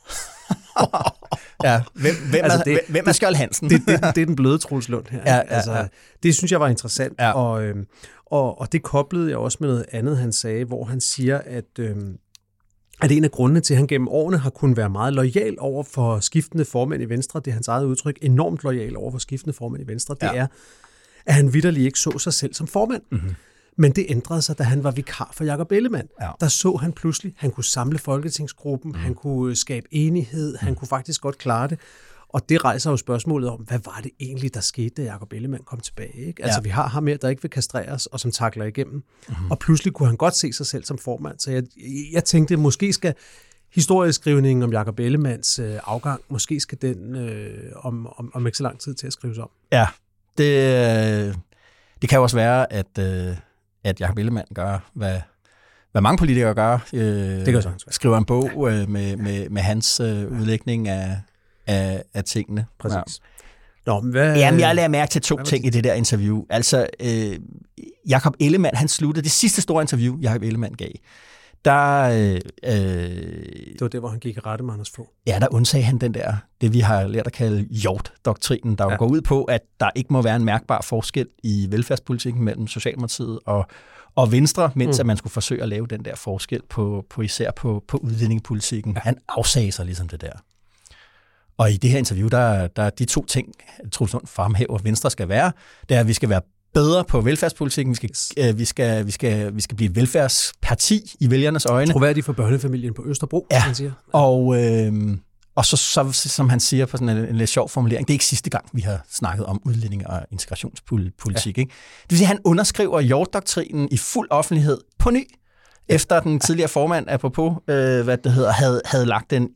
Speaker 1: Ja, hvem er Skjold Hansen?
Speaker 2: Det er den bløde Troels Lund her.
Speaker 1: Ja,
Speaker 2: altså, det synes jeg var interessant,
Speaker 1: ja.
Speaker 2: og det koblede jeg også med noget andet, han sagde, hvor han siger, at en af grundene til, at han gennem årene har kunnet være meget lojal over for skiftende formænd i Venstre, det er hans eget udtryk, enormt lojal over for skiftende formænd i Venstre, det er, at han vitterligt ikke så sig selv som formand. Mm-hmm. Men det ændrede sig, da han var vikar for Jakob Ellemann. Ja. Der så han pludselig, han kunne samle folketingsgruppen, han kunne skabe enighed, han kunne faktisk godt klare det. Og det rejser jo spørgsmålet om, hvad var det egentlig, der skete, da Jakob Ellemann kom tilbage? Ikke? Altså, vi har ham her, der ikke vil kastreres, og som takler igennem. Mm-hmm. Og pludselig kunne han godt se sig selv som formand. Så jeg tænkte, måske skal historieskrivningen om Jakob Ellemanns afgang, måske skal den om ikke så lang tid til at skrives om.
Speaker 1: Ja, det kan jo også være, at Jakob Ellemann gør, hvad mange politikere gør.
Speaker 2: Det kan så
Speaker 1: skriver en bog med hans udlægning af tingene.
Speaker 2: Præcis.
Speaker 1: Ja. Nå, jamen, jeg lader mærke til to ting i det der interview. Altså, Jakob Ellemann, han sluttede det sidste store interview, Jakob Ellemann gav. Det
Speaker 2: var det, hvor han gik i rette med Anders Fogh.
Speaker 1: Ja, der undsagde han det vi har lært at kalde Hjort-doktrinen, der jo går ud på, at der ikke må være en mærkbar forskel i velfærdspolitikken mellem Socialdemokratiet og Venstre, mens at man skulle forsøge at lave den der forskel især på udlændingepolitikken. Ja. Han afsagde sig ligesom det der. Og i det her interview, der er de to ting, Troels Lund fremhæver, at Venstre skal være, det er, at vi skal være bedre på velfærdspolitikken. Vi skal blive et velfærdsparti i vælgernes øjne.
Speaker 2: Troværdigt for børnefamilien på Østerbro, han siger.
Speaker 1: Og så, som han siger på sådan en lidt sjov formulering, det er ikke sidste gang, vi har snakket om udlændinge- og integrationspolitik. Ja. Ikke? Det vil sige, at han underskriver Hjort-doktrinen i fuld offentlighed på ny, efter den tidligere formand, apropos, havde lagt den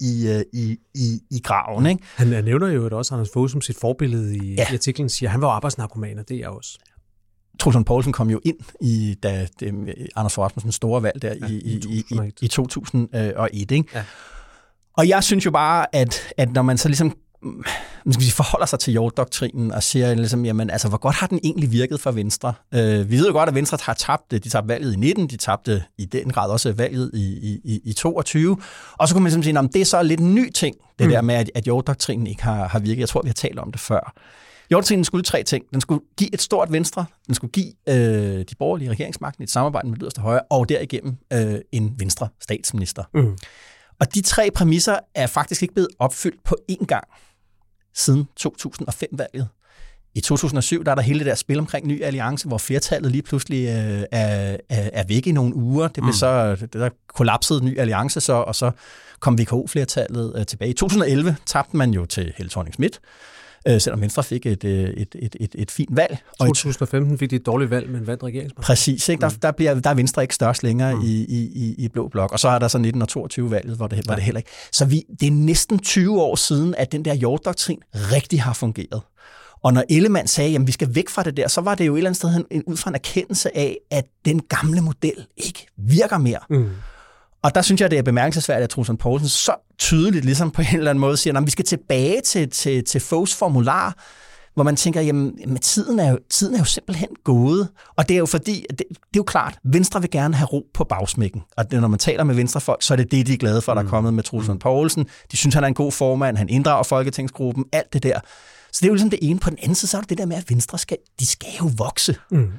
Speaker 1: i graven. Ikke?
Speaker 2: Han nævner jo også Anders Fogh som sit forbillede i artiklen, siger, han var arbejdsnarkoman, og det er jeg også.
Speaker 1: Troels Lund Poulsen kom jo ind da Anders Fogh Rasmussens store valg der i 2001. Ikke? Ja. Og jeg synes jo bare, at når man så ligesom forholder sig til Hjort-doktrinen og siger, ligesom, jamen, altså, hvor godt har den egentlig virket for Venstre? Vi ved jo godt, at Venstre har tabt. De tabte valget i 19, de tabte i den grad også valget i 22. Og så kunne man ligesom sige, at det er så lidt en ny ting, det der med, at Hjort-doktrinen ikke har virket. Jeg tror, vi har talt om det før. Hjort-doktrinen skulle 3 ting. Den skulle give et stort Venstre, den skulle give de borgerlige regeringsmagten et samarbejde med yderste højre, og derigennem en Venstre statsminister. Mm. Og de 3 præmisser er faktisk ikke blevet opfyldt på én gang siden 2005-valget. I 2007 der er der hele det der spil omkring Ny Alliance, hvor flertallet lige pludselig er væk i nogle uger. Det blev så, der kollapsede Ny Alliance så, og så kom VKO-flertallet tilbage. I 2011 tabte man jo til Helle Thorning-Schmidt, selvom Venstre fik et fint valg.
Speaker 2: Og i 2015 fik de et dårligt valg, men vandt regeringsmagten.
Speaker 1: Præcis, ikke? Der er Venstre ikke størst længere i Blå Blok. Og så er der så 19 og 22 valget, hvor det heller ikke. Så det er næsten 20 år siden, at den der Hjort-doktrin rigtig har fungeret. Og når Ellemann sagde, at vi skal væk fra det der, så var det jo et eller andet sted ud fra en erkendelse af, at den gamle model ikke virker mere. Mm. Og der synes jeg, det er bemærkelsesværdigt, at Troels Lund Poulsen så tydeligt ligesom på en eller anden måde siger, at vi skal tilbage til Foghs formular, hvor man tænker, jamen tiden er jo simpelthen gået. Og det er jo fordi, det er jo klart, Venstre vil gerne have ro på bagsmækken. Og når man taler med venstrefolk, så er det de er glade for, der er kommet med Troels Lund Poulsen. De synes, han er en god formand, han inddrager folketingsgruppen, alt det der. Så det er jo ligesom det ene. På den anden side, så er det der med, at Venstre skal jo vokse.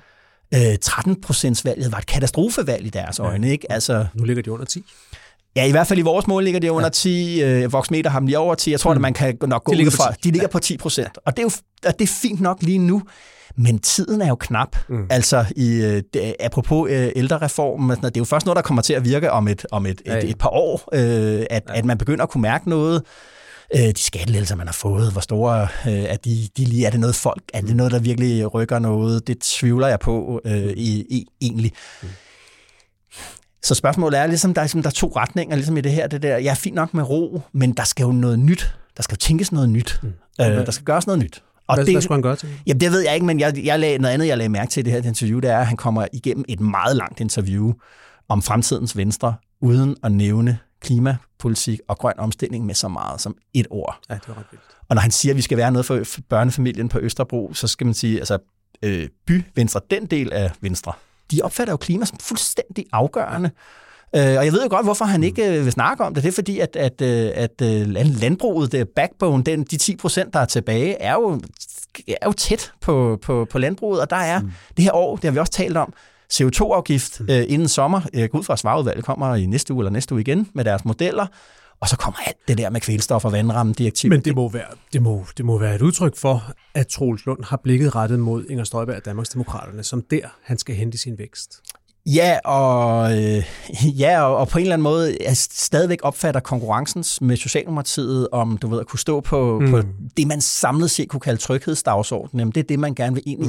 Speaker 1: 13%-valget var et katastrofevalg i deres øjne, ikke? Altså,
Speaker 2: nu ligger de under 10.
Speaker 1: Ja, i hvert fald i vores mål ligger de under 10. Voxmeter har dem lige over 10. Jeg tror, at man kan nok gå ud fra. De ligger på 10%. Og det er jo fint nok lige nu. Men tiden er jo knap. Altså, apropos ældrereformen, det er jo først noget, der kommer til at virke om et par år, at man begynder at kunne mærke noget. De skattelettelser, man har fået, hvor store er de lige? Er det noget folk? Er det noget, der virkelig rykker noget? Det tvivler jeg på egentlig. Så spørgsmålet er, ligesom, der er 2 retninger ligesom i det her. Jeg er fint nok med ro, men der skal jo noget nyt. Der skal jo tænkes noget nyt. Der skal gøres noget nyt.
Speaker 2: Og hvad skulle han gøre til?
Speaker 1: Jamen, det ved jeg ikke, men noget andet, jeg lagde mærke til i det her interview, det er, at han kommer igennem et meget langt interview om fremtidens Venstre, uden at nævne klimapolitik og grøn omstilling med så meget som et ord.
Speaker 2: Ja, det var ret vildt.
Speaker 1: Og når han siger, at vi skal være noget for børnefamilien på Østerbro, så skal man sige, altså By-Venstre, den del af Venstre, de opfatter jo klima som fuldstændig afgørende Og jeg ved jo godt, hvorfor han ikke vil snakke om det. Det er fordi, at landbruget, det backbone, de 10%, der er tilbage, er jo tæt på landbruget, og der er det her år, det har vi også talt om, CO2-afgift inden sommer. Jeg går ud fra, at Svarudvalget kommer i næste uge eller næste uge igen med deres modeller, og så kommer alt det der med kvælstof og vandrammedirektiv.
Speaker 2: Men det må være et udtryk for, at Troels Lund har blikket rettet mod Inger Støjberg og Danmarksdemokraterne, som der han skal hente sin vækst.
Speaker 1: Ja, og på en eller anden måde stadigvæk opfatter konkurrencen med Socialdemokratiet om, du ved, at kunne stå på det, man samlet set kunne kalde tryghedsdagsordenen. Jamen, det er det, man gerne vil ind i.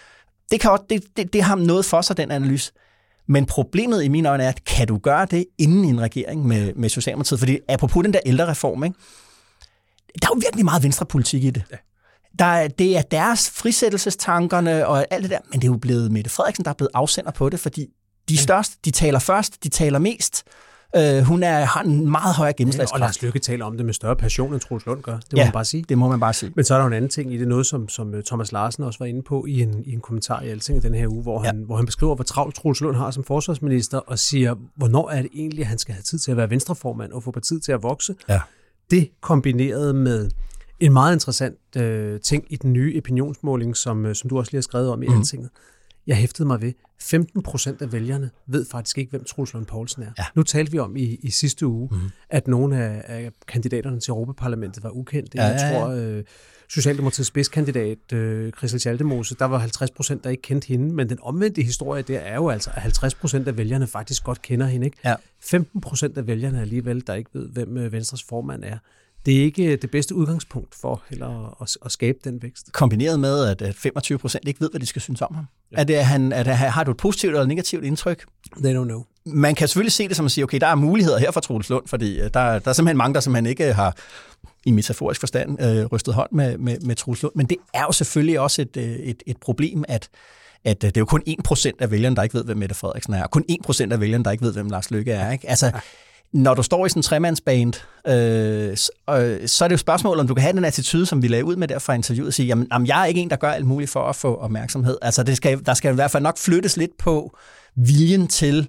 Speaker 1: Det har noget for sig, den analyse. Men problemet i mine øjne er, at kan du gøre det inden i en regering med Socialdemokratiet? Fordi apropos den der ældrereform, ikke? Der er jo virkelig meget venstrepolitik i det. Ja. Det er deres frisættelsestankerne og alt det der, men det er jo blevet Mette Frederiksen, der er blevet afsender på det, fordi de største, de taler først, de taler mest. Hun har en meget højere gennemslagskraft.
Speaker 2: Og Lars Løkke taler om det med større passion, end Troels Lund gør. Det må man bare sige.
Speaker 1: Det må man bare sige.
Speaker 2: Men så er der jo en anden ting i det, noget som Thomas Larsen også var inde på i en kommentar i Altinget den her uge, hvor han beskriver, hvor travlt Troels Lund har som forsvarsminister, og siger, hvornår er det egentlig, at han skal have tid til at være venstreformand og få partiet til at vokse. Ja. Det kombineret med en meget interessant ting i den nye opinionsmåling, som du også lige har skrevet om i Altinget. Jeg hæftede mig ved, 15% af vælgerne ved faktisk ikke, hvem Troels Lund Poulsen er. Ja. Nu talte vi om i sidste uge, at nogle af kandidaterne til Europaparlamentet var ukendte. Jeg tror, Socialdemokratiets spidskandidat, Christel Schaldemose, der var 50%, der ikke kendte hende, men den omvendte historie der er jo altså, at 50% af vælgerne faktisk godt kender hende. Ikke? Ja. 15% af vælgerne alligevel, der ikke ved, hvem Venstres formand er. Det er ikke det bedste udgangspunkt for heller at skabe den vækst.
Speaker 1: Kombineret med, at 25% ikke ved, hvad de skal synes om ham. Ja. Har du et positivt eller negativt indtryk?
Speaker 2: They don't know.
Speaker 1: Man kan selvfølgelig se det som at sige, okay, der er muligheder her for Troels Lund, fordi der er simpelthen mange, der simpelthen ikke har i metaforisk forstand rystet hånd med Troels Lund. Men det er jo selvfølgelig også et problem, at det er jo kun 1% af vælgerne, der ikke ved, hvem Mette Frederiksen er, og kun 1% af vælgerne, der ikke ved, hvem Lars Løkke er. Ikke? Altså, når du står i sådan en tremandsband, så er det jo spørgsmålet, om du kan have den attitude, som vi lagde ud med der fra interviewet, og sige, jamen jeg er ikke en, der gør alt muligt for at få opmærksomhed. Altså, der skal i hvert fald nok flyttes lidt på viljen til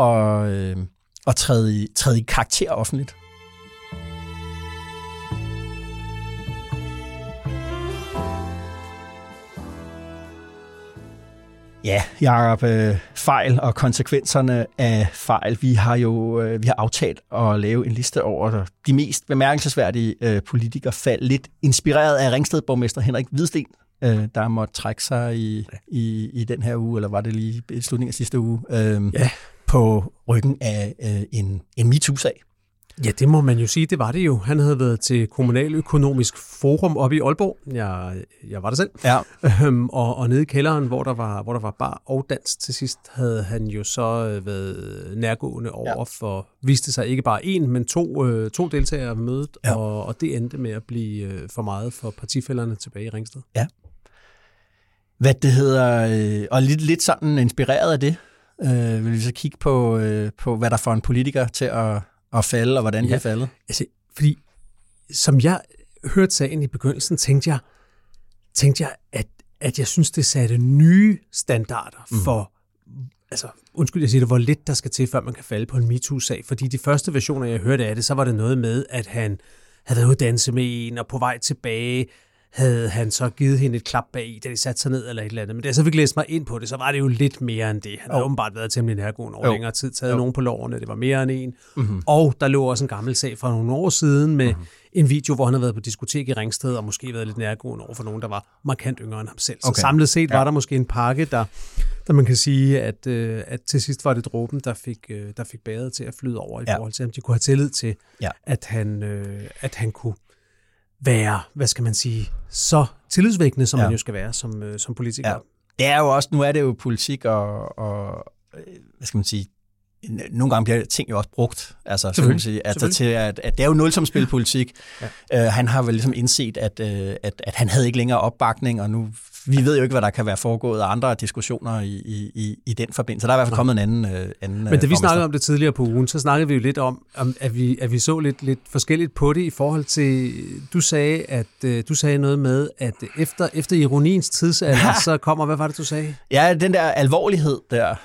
Speaker 1: at træde i karakter offentligt. Ja, Jacob, fejl og konsekvenserne af fejl. Vi har aftalt at lave en liste over de mest bemærkelsesværdige politikerfald, lidt inspireret af Ringsted-borgmester Henrik Hvidsten, der måtte trække sig i den her uge, eller var det lige i slutningen af sidste uge, på ryggen af en MeToo-sag.
Speaker 2: Ja, det må man jo sige, det var det jo. Han havde været til Kommunaløkonomisk Forum oppe i Aalborg. Jeg var der selv. Ja. Og nede i kælderen, hvor der var bar og dans til sidst, havde han jo så været nærgående over for, viste sig ikke bare en, men to deltagere af mødet, og det endte med at blive for meget for partifællerne tilbage i Ringsted. Ja.
Speaker 1: Hvad det hedder, og lidt sådan inspireret af det, vil vi så kigge på, hvad der får en politiker til at falde, og hvordan de er faldet?
Speaker 2: Altså, fordi som jeg hørte sagen i begyndelsen, tænkte jeg, at jeg synes, det satte nye standarder for, altså undskyld, jeg siger det, hvor lidt der skal til, før man kan falde på en MeToo-sag. Fordi de første versioner, jeg hørte af det, så var det noget med, at han havde været ude at danse med en, og på vej tilbage havde han så givet hende et klap bag i, da de satte sig ned eller et eller andet. Men da jeg så fik læst mig ind på det, så var det jo lidt mere end det. Han havde åbenbart været temmelig nærgående over længere tid, taget nogen på lårene, det var mere end en. Og der lå også en gammel sag fra nogle år siden med en video, hvor han havde været på diskotek i Ringsted, og måske været lidt nærgående over for nogen, der var markant yngre end ham selv. Så samlet set var der måske en pakke, der man kan sige, at til sidst var det dråben, der fik bæret til at flyde over i forhold til, om de kunne have tillid til, at han kunne være, hvad skal man sige, så tillidsvækkende, som man jo skal være som politiker. Ja.
Speaker 1: Det er jo også, nu er det jo politik, og hvad skal man sige, nogle gange bliver ting jo også brugt, altså så man sige, at det er jo nulsumspil politik. Han har vel ligesom indset, at han havde ikke længere opbakning, og nu vi ved jo ikke, hvad der kan være foregået af andre diskussioner i den forbindelse. Der er i hvert fald kommet en anden
Speaker 2: Men da vi snakkede om det tidligere på ugen, så snakkede vi jo lidt om at vi så lidt forskelligt på det i forhold til, du sagde noget med, at efter ironiens tidsalder, så kommer, hvad var det, du sagde?
Speaker 1: Ja, den der alvorlighed der,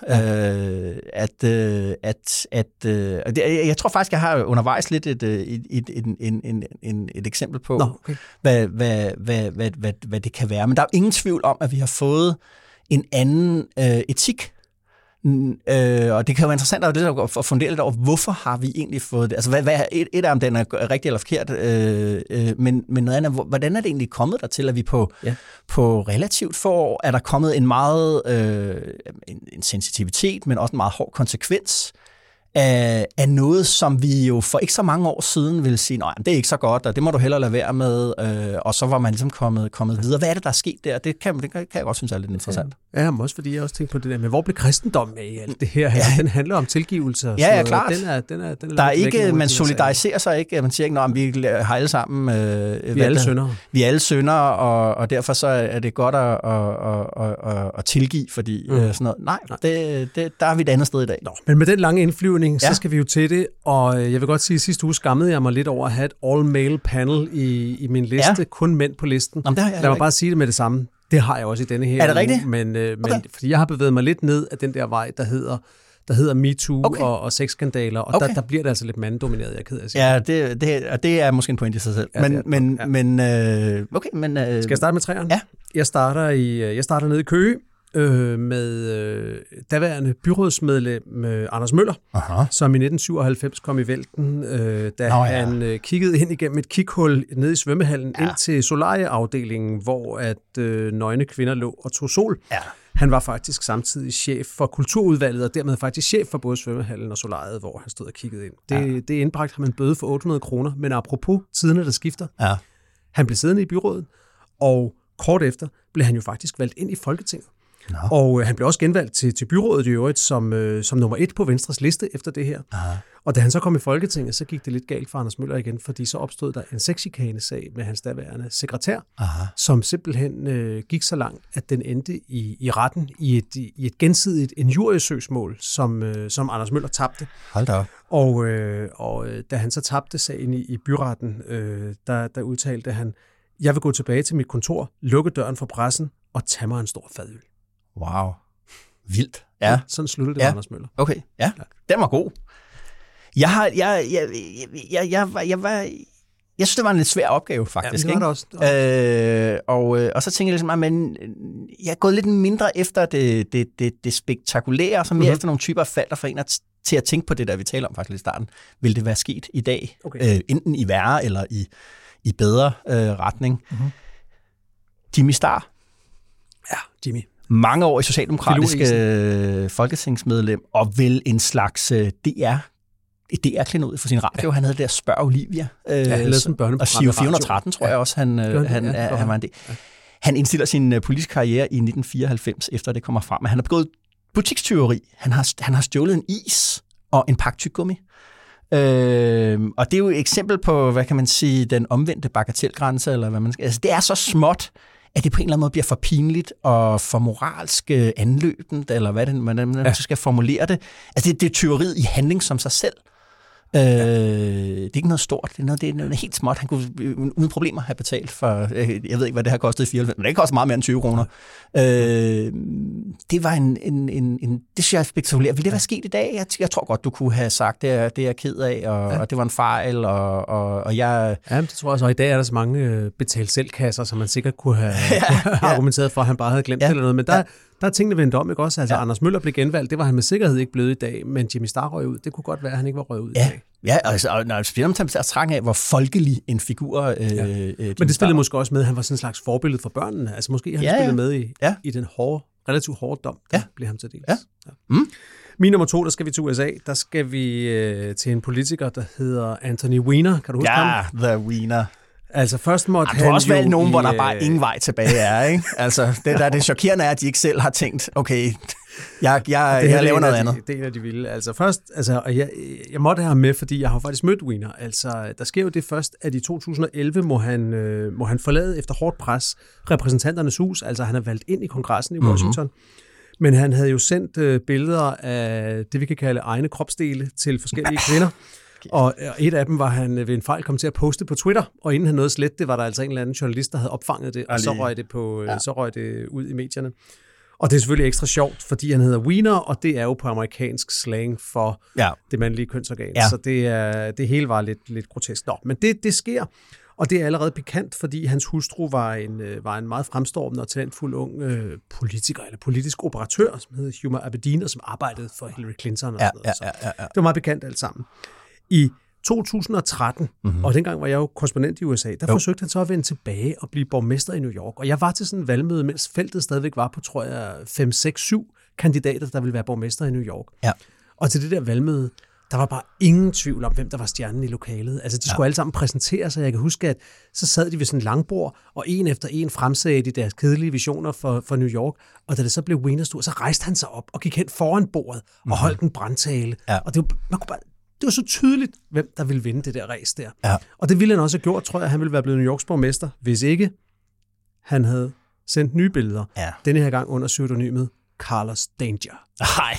Speaker 1: jeg tror faktisk, jeg har undervejs lidt et eksempel på, hvad det kan være. Men der er ingen tvivl om, at vi har fået en anden etik. Og det kan jo være interessant at fundere lidt over, hvorfor har vi egentlig fået det? Altså, hvad er et af dem, den er rigtig eller forkert, men noget andet, hvordan er det egentlig kommet der til, at vi på relativt få år er der kommet en meget en sensitivitet, men også en meget hård konsekvens af noget, som vi jo for ikke så mange år siden ville sige, nej, det er ikke så godt, og det må du hellere lade være med, og så var man ligesom kommet videre. Hvad er det, der er sket der? Det kan jeg godt synes er lidt interessant.
Speaker 2: Ja, men også fordi jeg også tænkte på det der med, hvor blev kristendommen af i alt det her? Ja. Den handler om tilgivelse. Og
Speaker 1: ja, klart.
Speaker 2: Den er
Speaker 1: der er ikke, man solidariserer sig ikke, man siger ikke, at vi har alle sammen...
Speaker 2: vi er alle syndere.
Speaker 1: Vi er alle syndere, og derfor så er det godt at tilgive, fordi sådan noget. Nej. Der er vi et andet sted i dag.
Speaker 2: Nå, men med den lange indflyvning, så skal vi jo til det, og jeg vil godt sige, at sidste uge skammede jeg mig lidt over at have et all-male panel i min liste, kun mænd på listen.
Speaker 1: Jamen,
Speaker 2: lad mig bare sige det med det samme. Det har jeg også i denne her.
Speaker 1: Er det rigtigt?
Speaker 2: Men fordi jeg har bevæget mig lidt ned af den der vej, der hedder MeToo og sexskandaler, og der bliver det altså lidt manddomineret, jeg er ked af at sige.
Speaker 1: Ja, det er måske en pointe i sig selv.
Speaker 2: Ja,
Speaker 1: men
Speaker 2: skal jeg starte med træerne?
Speaker 1: Ja.
Speaker 2: Jeg starter nede i Køge med daværende byrådsmedlem Anders Møller, som i 1997 kom i vælten, han kiggede ind igennem et kighul nede i svømmehallen ind til solarieafdelingen, hvor at nøgne kvinder lå og tog sol. Ja. Han var faktisk samtidig chef for kulturudvalget, og dermed faktisk chef for både svømmehallen og solariet, hvor han stod og kiggede ind. Det indbragte ham en bøde for 800 kroner, men apropos tiderne, der skifter. Ja. Han blev siddende i byrådet, og kort efter blev han jo faktisk valgt ind i Folketinget. No. Og han blev også genvalgt til byrådet i øvrigt som nummer 1 på Venstres liste efter det her. Aha. Og da han så kom i Folketinget, så gik det lidt galt for Anders Møller igen, fordi så opstod der en sexchikane-sag med hans daværende sekretær, som simpelthen gik så langt, at den endte i retten i et gensidigt injuriesøgsmål, som Anders Møller tabte.
Speaker 1: Hold da op.
Speaker 2: Og da han så tabte sagen i byretten, der udtalte han, jeg vil gå tilbage til mit kontor, lukke døren for pressen og tage mig en stor fadøl.
Speaker 1: Wow. Vildt. Ja.
Speaker 2: Sådan sluttede det med Anders Møller.
Speaker 1: Okay, ja. Den var god. Jeg synes, det var en lidt svær opgave, faktisk.
Speaker 2: Ja, det var det
Speaker 1: også. Og så tænker jeg ligesom, men jeg er gået lidt mindre efter det spektakulære, så mere efter nogle typer falder for en til at tænke på det, der vi taler om faktisk i starten. Vil det være sket i dag? Okay. Enten i værre eller i bedre retning. Mm-hmm. Jimmy Starr.
Speaker 2: Ja, Jimmy.
Speaker 1: Mange år i socialdemokratisk folketingsmedlem, og vel en slags DR-klenod for sin radio. Ja. Han havde det der Spørg Olivia. Og Giro 413, tror jeg også, han var en del. Ja. Han indstiller sin politiske karriere i 1994, efter det kommer frem. Men han har begået butikstyveri. Han har stjålet en is og en pakke tyggegummi. Og det er jo et eksempel på, hvad kan man sige, den omvendte bagatelgrænse, eller hvad man skal. Altså, det er så småt, at det på en eller anden måde bliver for pinligt og for moralsk anløbent, eller hvad det man skal formulere det. Altså, det er tyveriet i handling som sig selv. Det er ikke noget stort, det er noget helt småt. Han kunne uden problemer have betalt for, jeg ved ikke, hvad det har kostet i 94, men det koster meget mere end 20 kroner. Det var det synes jeg er spektakulært. Vil det være sket i dag? Jeg tror godt, du kunne have sagt, det er jeg ked af, og det var en fejl, og jeg...
Speaker 2: Ja, det tror jeg så. I dag er der så mange betalt selvkasser, som man sikkert kunne have argumenteret for, at han bare havde glemt det eller noget, men der er tingene vendt om, ikke også? Altså, Anders Møller blev genvalgt, det var han med sikkerhed ikke blevet i dag, men Jimmy Starr røg ud. Det kunne godt være, at han ikke var røget ud i dag.
Speaker 1: Ja, altså, og når jeg spiller om trang af, hvor folkelig en figur...
Speaker 2: Men det spillede måske også med, at han var sådan en slags forbillede for børnene. Altså måske han spillet med i den relativt hårde dom, der blev ham til dels. Ja. Mm. Min nummer 2, der skal vi til USA. Der skal vi til en politiker, der hedder Anthony Weiner. Kan du huske ham?
Speaker 1: Ja, The Weiner.
Speaker 2: Altså først måtte han
Speaker 1: du har også valgt nogen, hvor der bare ingen vej tilbage er, ikke? Altså, det chokerende er, at de ikke selv har tænkt, okay, Jeg laver noget andet.
Speaker 2: Det er en af de vilde. Altså først, og jeg måtte have ham med, fordi jeg har faktisk mødt Wiener. Altså, der sker jo det først, at i 2011 må han forlade efter hårdt pres repræsentanternes hus. Altså, han er valgt ind i kongressen i Washington. Mm-hmm. Men han havde jo sendt billeder af det, vi kan kalde egne kropsdele til forskellige kvinder. Og et af dem var han ved en fejl kom til at poste på Twitter, og inden han nåede slet det, var der altså en eller anden journalist, der havde opfanget det, og så røg det ud i medierne. Og det er selvfølgelig ekstra sjovt, fordi han hedder Wiener, og det er jo på amerikansk slang for det mandlige kønsorgan. Ja. Så det hele var lidt grotesk. Nå, men det sker, og det er allerede pikant, fordi hans hustru var en meget fremstormende og talentfuld ung politiker, eller politisk operatør, som hedder Huma Abedin, og som arbejdede for Hillary Clinton og sådan noget. Så det var meget pikant alt sammen. I 2013, og dengang var jeg jo korrespondent i USA, der forsøgte han så at vende tilbage og blive borgmester i New York. Og jeg var til sådan en valgmøde, mens feltet stadigvæk var på, tror jeg, 5, 6, 7 kandidater, der ville være borgmester i New York. Ja. Og til det der valgmøde, der var bare ingen tvivl om, hvem der var stjernen i lokalet. Altså, de skulle alle sammen præsentere sig. Jeg kan huske, at så sad de ved sådan en langbord, og en efter en fremsagde de deres kedelige visioner for New York. Og da det så blev Wieners tur, så rejste han sig op og gik hen foran bordet og holdt en brandtale. Ja. Og det var så tydeligt, hvem der ville vinde det der race der. Ja. Og det ville han også have gjort, tror jeg, han ville være blevet New Yorks borgmester, hvis ikke han havde sendt nye billeder. Ja. Denne her gang under pseudonymet Carlos Danger.
Speaker 1: Nej.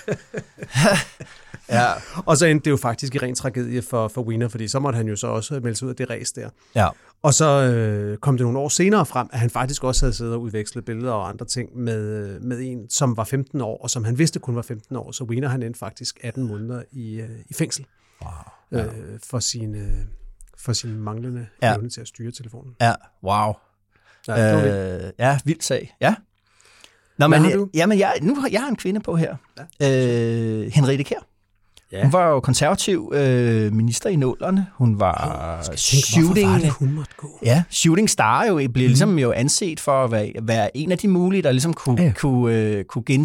Speaker 1: Ja.
Speaker 2: Og så endte det jo faktisk i ren tragedie for Wiener, fordi så måtte han jo så også melde sig ud af det race der. Ja. Og så kom det nogle år senere frem, at han faktisk også havde siddet og udvekslet billeder og andre ting med en, som var 15 år, og som han vidste kun var 15 år. Så Wiener, han endte faktisk 18 måneder i fængsel. Wow. For sin manglende evne til at styre telefonen.
Speaker 1: Ja, wow. Ja, vild sag. Ja. Nå, men jeg har en kvinde på her. Ja. Henriette Kjær. Ja. Hun var jo konservativ minister i 00'erne. Hun var shooting star jo. Blev ligesom jo anset for at være en af de mulige, der ligesom kunne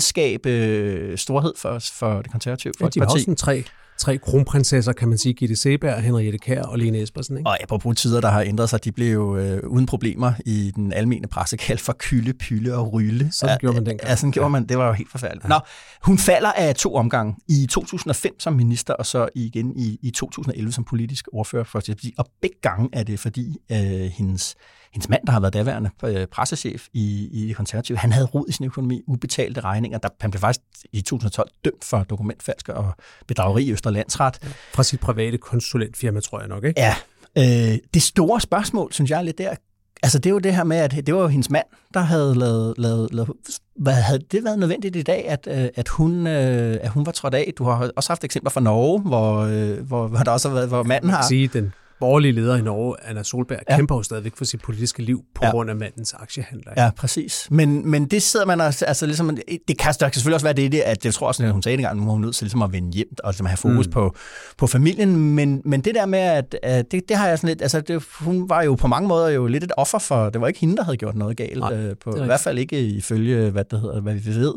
Speaker 1: genskabe storhed for det konservative folkeparti.
Speaker 2: De var også sådan tre kronprinsesser, kan man sige, Gitte Seeberg, Henriette Kjær og Lene Espersen. Ikke?
Speaker 1: Og apropos tider, der har ændret sig, de blev jo uden problemer i den almene presse kaldt for kylde, pylle og rylle.
Speaker 2: Sådan gjorde man dengang.
Speaker 1: Ja, sådan gjorde man. Det var jo helt forfærdeligt. Ja. Nå, hun falder af 2 omgange. I 2005 som minister, og så igen i 2011 som politisk ordfører for CFC. Og begge gange er det, fordi hendes mand, der har været daværende pressechef i det konservative, han havde rod i sin økonomi, ubetalte regninger. Han blev faktisk i 2012 dømt for dokumentfalsk og bedrageri i Østre Landsret. Ja,
Speaker 2: fra sit private konsulentfirma, tror jeg nok, ikke?
Speaker 1: Ja. Det store spørgsmål, synes jeg lidt der, altså det er jo det her med, at det var jo hendes mand, der havde lavet havde det været nødvendigt i dag, at hun var trådt af? Du har også haft eksempler fra Norge, hvor der også har været, hvor manden har...
Speaker 2: Sige, den borgerlige leder i Norge, Anna Solberg, kæmper jo stadigvæk for sit politiske liv på grund af mandens aktiehandler.
Speaker 1: Ja, præcis. Men det sidder man altså ligesom... Det kan selvfølgelig også være det, at jeg tror også, at hun sagde engang, at hun var nødt til ligesom at vende hjem og ligesom have fokus på familien. Men det der med, at det har jeg sådan lidt... Altså, hun var jo på mange måder jo lidt et offer for... Det var ikke hende, der havde gjort noget galt. I hvert fald ikke ifølge, hvad vi ved.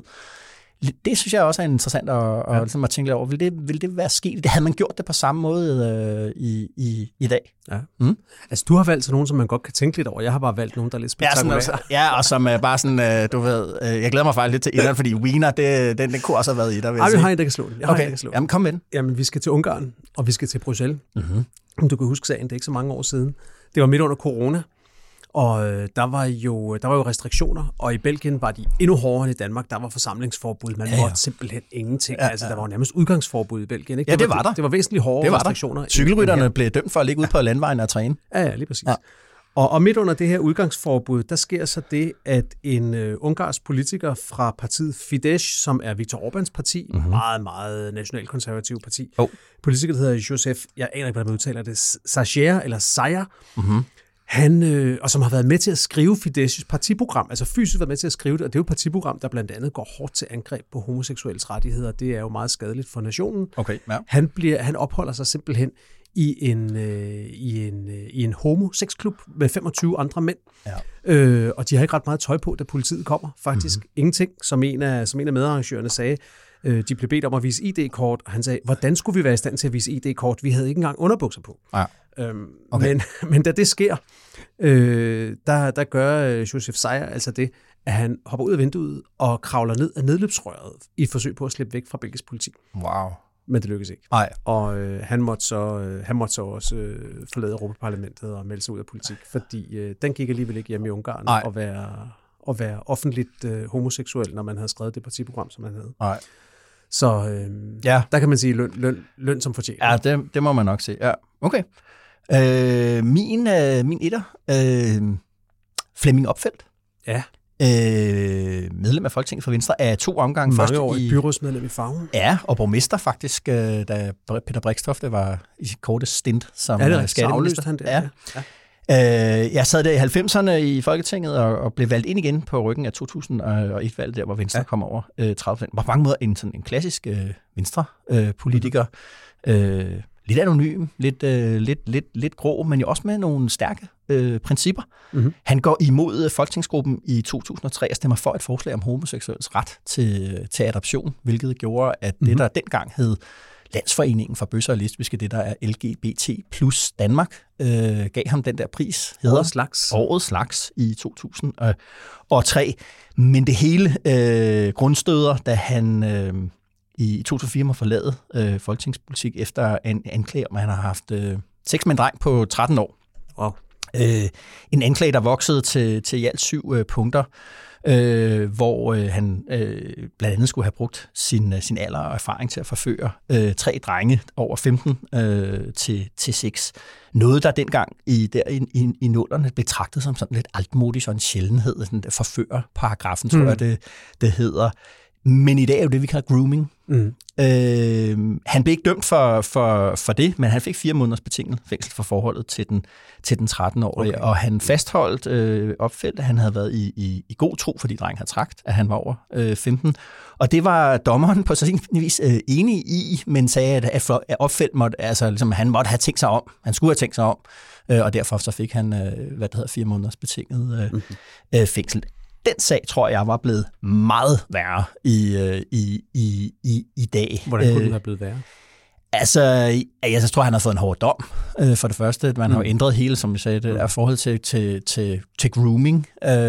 Speaker 1: Det synes jeg også er interessant at tænke lidt over. Vil det være sket? Havde man gjort det på samme måde i dag?
Speaker 2: Ja. Altså, du har valgt sådan nogen, som man godt kan tænke lidt over. Jeg har bare valgt nogen, der er lidt spektakulære.
Speaker 1: Og som er bare sådan, du ved... Jeg glæder mig faktisk lidt til etteren, fordi Wiener, den kunne også have været etter, vil jeg sige.
Speaker 2: Vi har en, der kan slå den.
Speaker 1: Okay, jamen kom med den.
Speaker 2: Jamen, vi skal til Ungarn, og vi skal til Bruxelles. Du kan huske sagen, det er ikke så mange år siden. Det var midt under corona. Og der var jo restriktioner, og i Belgien var de endnu hårdere end i Danmark. Der var forsamlingsforbud. Man måtte simpelthen ingenting. Ja. Altså, der var nærmest udgangsforbud i Belgien. Ikke?
Speaker 1: Ja, det var der.
Speaker 2: Det var væsentligt hårdere restriktioner.
Speaker 1: Cykelrytterne blev dømt for at ligge ude på landvejen og træne.
Speaker 2: Ja, lige præcis. Ja. Og midt under det her udgangsforbud, der sker så det, at en ungarsk politiker fra partiet Fidesz, som er Viktor Orbáns parti, meget, meget nationalkonservativ parti, politiker, der hedder Josef, jeg aner ikke, hvordan man udtaler det, Sajer, han, og som har været med til at skrive Fidesz's partiprogram, altså fysisk været med til at skrive det, og det er jo et partiprogram, der blandt andet går hårdt til angreb på homoseksuelles rettigheder. Det er jo meget skadeligt for nationen.
Speaker 1: Okay, ja.
Speaker 2: Han opholder sig simpelthen i en homo-sexklub med 25 andre mænd. Ja. Og de har ikke ret meget tøj på, da politiet kommer. Faktisk ingenting, som en af medarrangørerne sagde. De blev bedt om at vise ID-kort, og han sagde, hvordan skulle vi være i stand til at vise ID-kort? Vi havde ikke engang underbukser på. Ja. Okay. Men da det sker, der gør Josef Sajer altså det, at han hopper ud af vinduet og kravler ned af nedløbsrøret i et forsøg på at slippe væk fra belgisk politi.
Speaker 1: Wow.
Speaker 2: Men det lykkedes ikke.
Speaker 1: Nej.
Speaker 2: Og han måtte så også forlade Europaparlamentet og melde sig ud af politik, fordi den gik alligevel ikke hjemme i Ungarn at være offentligt homoseksuel, når man havde skrevet det partiprogram, som man havde.
Speaker 1: Nej.
Speaker 2: Så der kan man sige løn som fortjener.
Speaker 1: Ja, det må man nok se. Ja, okay. Min etter, Flemming Opfeldt.
Speaker 2: Ja.
Speaker 1: Medlem af Folketinget for Venstre af 2 omgange.
Speaker 2: Mange år i byrådsmedlem i Farum.
Speaker 1: Ja, og borgmester faktisk, da Peter Brixtofte var i sit korte stint som
Speaker 2: skatteminister. Han der.
Speaker 1: Ja. Jeg sad der i 90'erne i Folketinget og blev valgt ind igen på ryggen af 2001-valget, der hvor Venstre kom over 30%. På mange måder en klassisk Venstre-politiker. Lidt anonym, lidt grå, men jo også med nogle stærke principper. Mm-hmm. Han går imod folketingsgruppen i 2003 og stemmer for et forslag om homoseksuels ret til adoption, hvilket gjorde, at det, der dengang hed Landsforeningen for bøsser og lesbiske, det der er LGBT plus Danmark, gav ham den der pris, hedder Årets Slags i 2003. Men det hele grundstøder, da han i 2004 må forlade folketingspolitik efter en anklage om, at han har haft sex med en dreng på 13 år.
Speaker 2: Wow.
Speaker 1: En anklage, der voksede til i alt 7 punkter, hvor han blandt andet skulle have brugt sin alder og erfaring til at forføre 3 drenge over 15 til sex. Noget, der dengang i nullerne betragtet som sådan lidt altmodig og en sjældenhed, sådan der forførerparagrafen, tror jeg, det hedder. Men i dag er jo det, vi kalder grooming. Mm. Han blev ikke dømt for det, men han fik 4 måneders betinget fængsel for forholdet til den 13-årige, okay. Og han fastholdt Opfeldt, at han havde været i god tro, fordi drengen havde trakt, at han var over 15. Og det var dommeren på sin vis enig i, men sagde, at Opfeldt måtte, altså, ligesom, han måtte have tænkt sig om. Han skulle have tænkt sig om, og derfor så fik han 4 måneders betinget fængsel. Den sag, tror jeg, var blevet meget værre i dag.
Speaker 2: Hvordan kunne den have blevet værre?
Speaker 1: Altså, jeg tror, han har fået en hård dom, for det første. Man har jo ændret hele, som jeg sagde, det er forhold til grooming.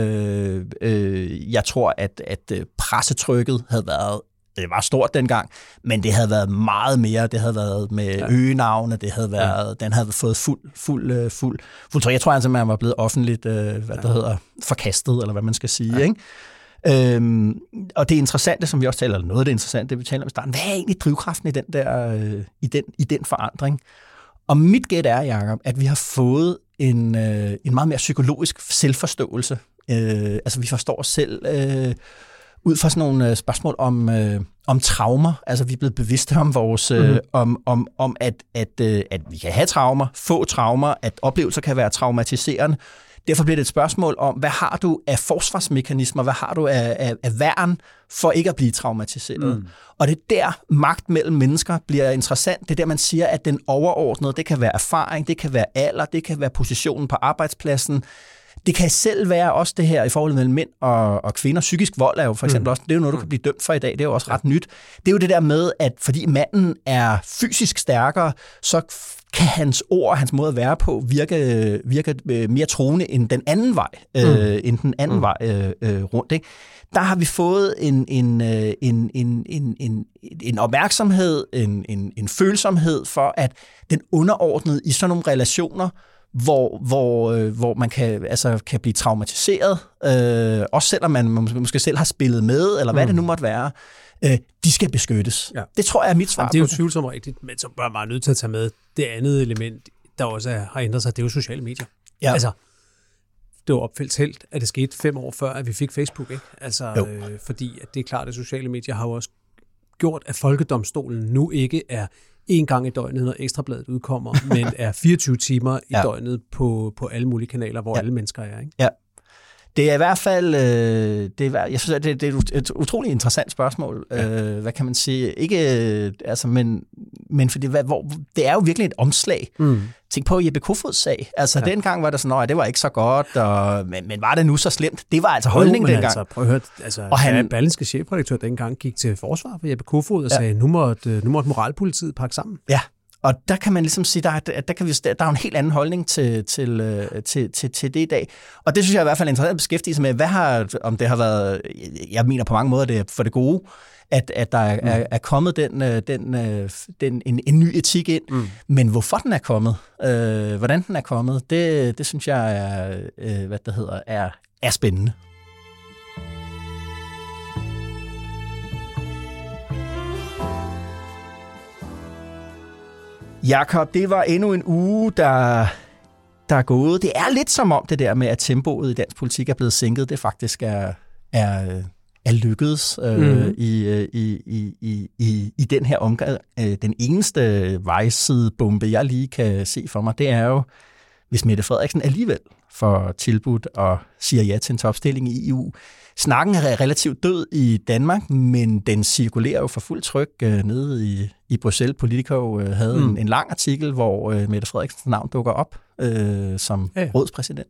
Speaker 1: Jeg tror, at pressetrykket havde været, det var stort dengang, men det havde været meget mere. Det havde været med øgenavne, det havde været, den havde fået fuld. Jeg tror, han var blevet offentligt, forkastet, eller hvad man skal sige, ikke? Og det interessante, som vi også taler, eller noget af det interessante, det vi taler om i starten, hvad er egentlig drivkraften i den der, i den forandring? Og mit gæt er, Jacob, at vi har fået en meget mere psykologisk selvforståelse. Altså, vi forstår os selv ud fra sådan nogle spørgsmål om traumer. Altså, vi er blevet bevidste om vores, om at vi kan have traumer, få traumer, at oplevelser kan være traumatiserende. Derfor bliver det et spørgsmål om, hvad har du af forsvarsmekanismer, hvad har du af værn for ikke at blive traumatiseret? Og det er der, magt mellem mennesker bliver interessant. Det er der, man siger, at den overordnede, det kan være erfaring, det kan være alder, det kan være positionen på arbejdspladsen. Det kan selv være også det her i forholdet mellem mænd og kvinder. Psykisk vold er jo for eksempel også, det er jo noget, du kan blive dømt for i dag. Det er jo også ret nyt. Det er jo det der med, at fordi manden er fysisk stærkere, så kan hans ord, hans måde at være på, virke mere troende end den anden vej, rundt. Ikke? Der har vi fået en opmærksomhed, en følsomhed for, at den underordnede i sådan nogle relationer, hvor man kan blive traumatiseret, også selvom man måske selv har spillet med, eller hvad det nu måtte være, de skal beskyttes. Ja. Det tror jeg er mit svar.
Speaker 2: Det er jo tvivlsomt rigtigt, men så bør man nødt til at tage med det andet element, der også har ændret sig, det er jo sociale medier. Ja. Altså, det var Opfeldts helt, at det skete 5 år før, at vi fik Facebook, ikke? Altså, fordi at det er klart, at sociale medier har jo også gjort, at Folkedomstolen nu ikke er 1 gang i døgnet, når Ekstrabladet udkommer, men er 24 timer i døgnet på alle mulige kanaler, hvor alle mennesker er, ikke? Ja.
Speaker 1: Det er i hvert fald, jeg synes, at det er et utroligt interessant spørgsmål. Hvad kan man sige? Ikke, altså, men fordi, det er jo virkelig et omslag. Tænk på Jeppe Kofods sag. Altså, dengang var det sådan, det var ikke så godt, men var det nu så slemt? Det var altså holdningen dengang.
Speaker 2: Altså, prøv at høre, og Berlingske chefredaktør dengang gik til forsvar for Jeppe Kofod og sagde, nu måtte moralpolitiet pakke sammen.
Speaker 1: Ja. Og der kan man ligesom sige, der er en helt anden holdning til det i dag. Og det synes jeg i hvert fald er interessant at beskæftige sig med. Om det har været, jeg mener på mange måder, det er for det gode, at der er kommet en ny etik ind. Men hvorfor den er kommet, hvordan den er kommet, det synes jeg er spændende. Jakob, det var endnu en uge, der er gået. Det er lidt som om det der med, at tempoet i dansk politik er blevet sænket. Det faktisk er lykkedes i den her omgang. Den eneste vejsidebombe, jeg lige kan se for mig, det er jo, hvis Mette Frederiksen alligevel får tilbudt og siger ja til en topstilling i EU. Snakken er relativt død i Danmark, men den cirkulerer jo for fuld tryk nede i Bruxelles. Politico havde en lang artikel, hvor Mette Frederiksens navn dukker op som rådspræsident.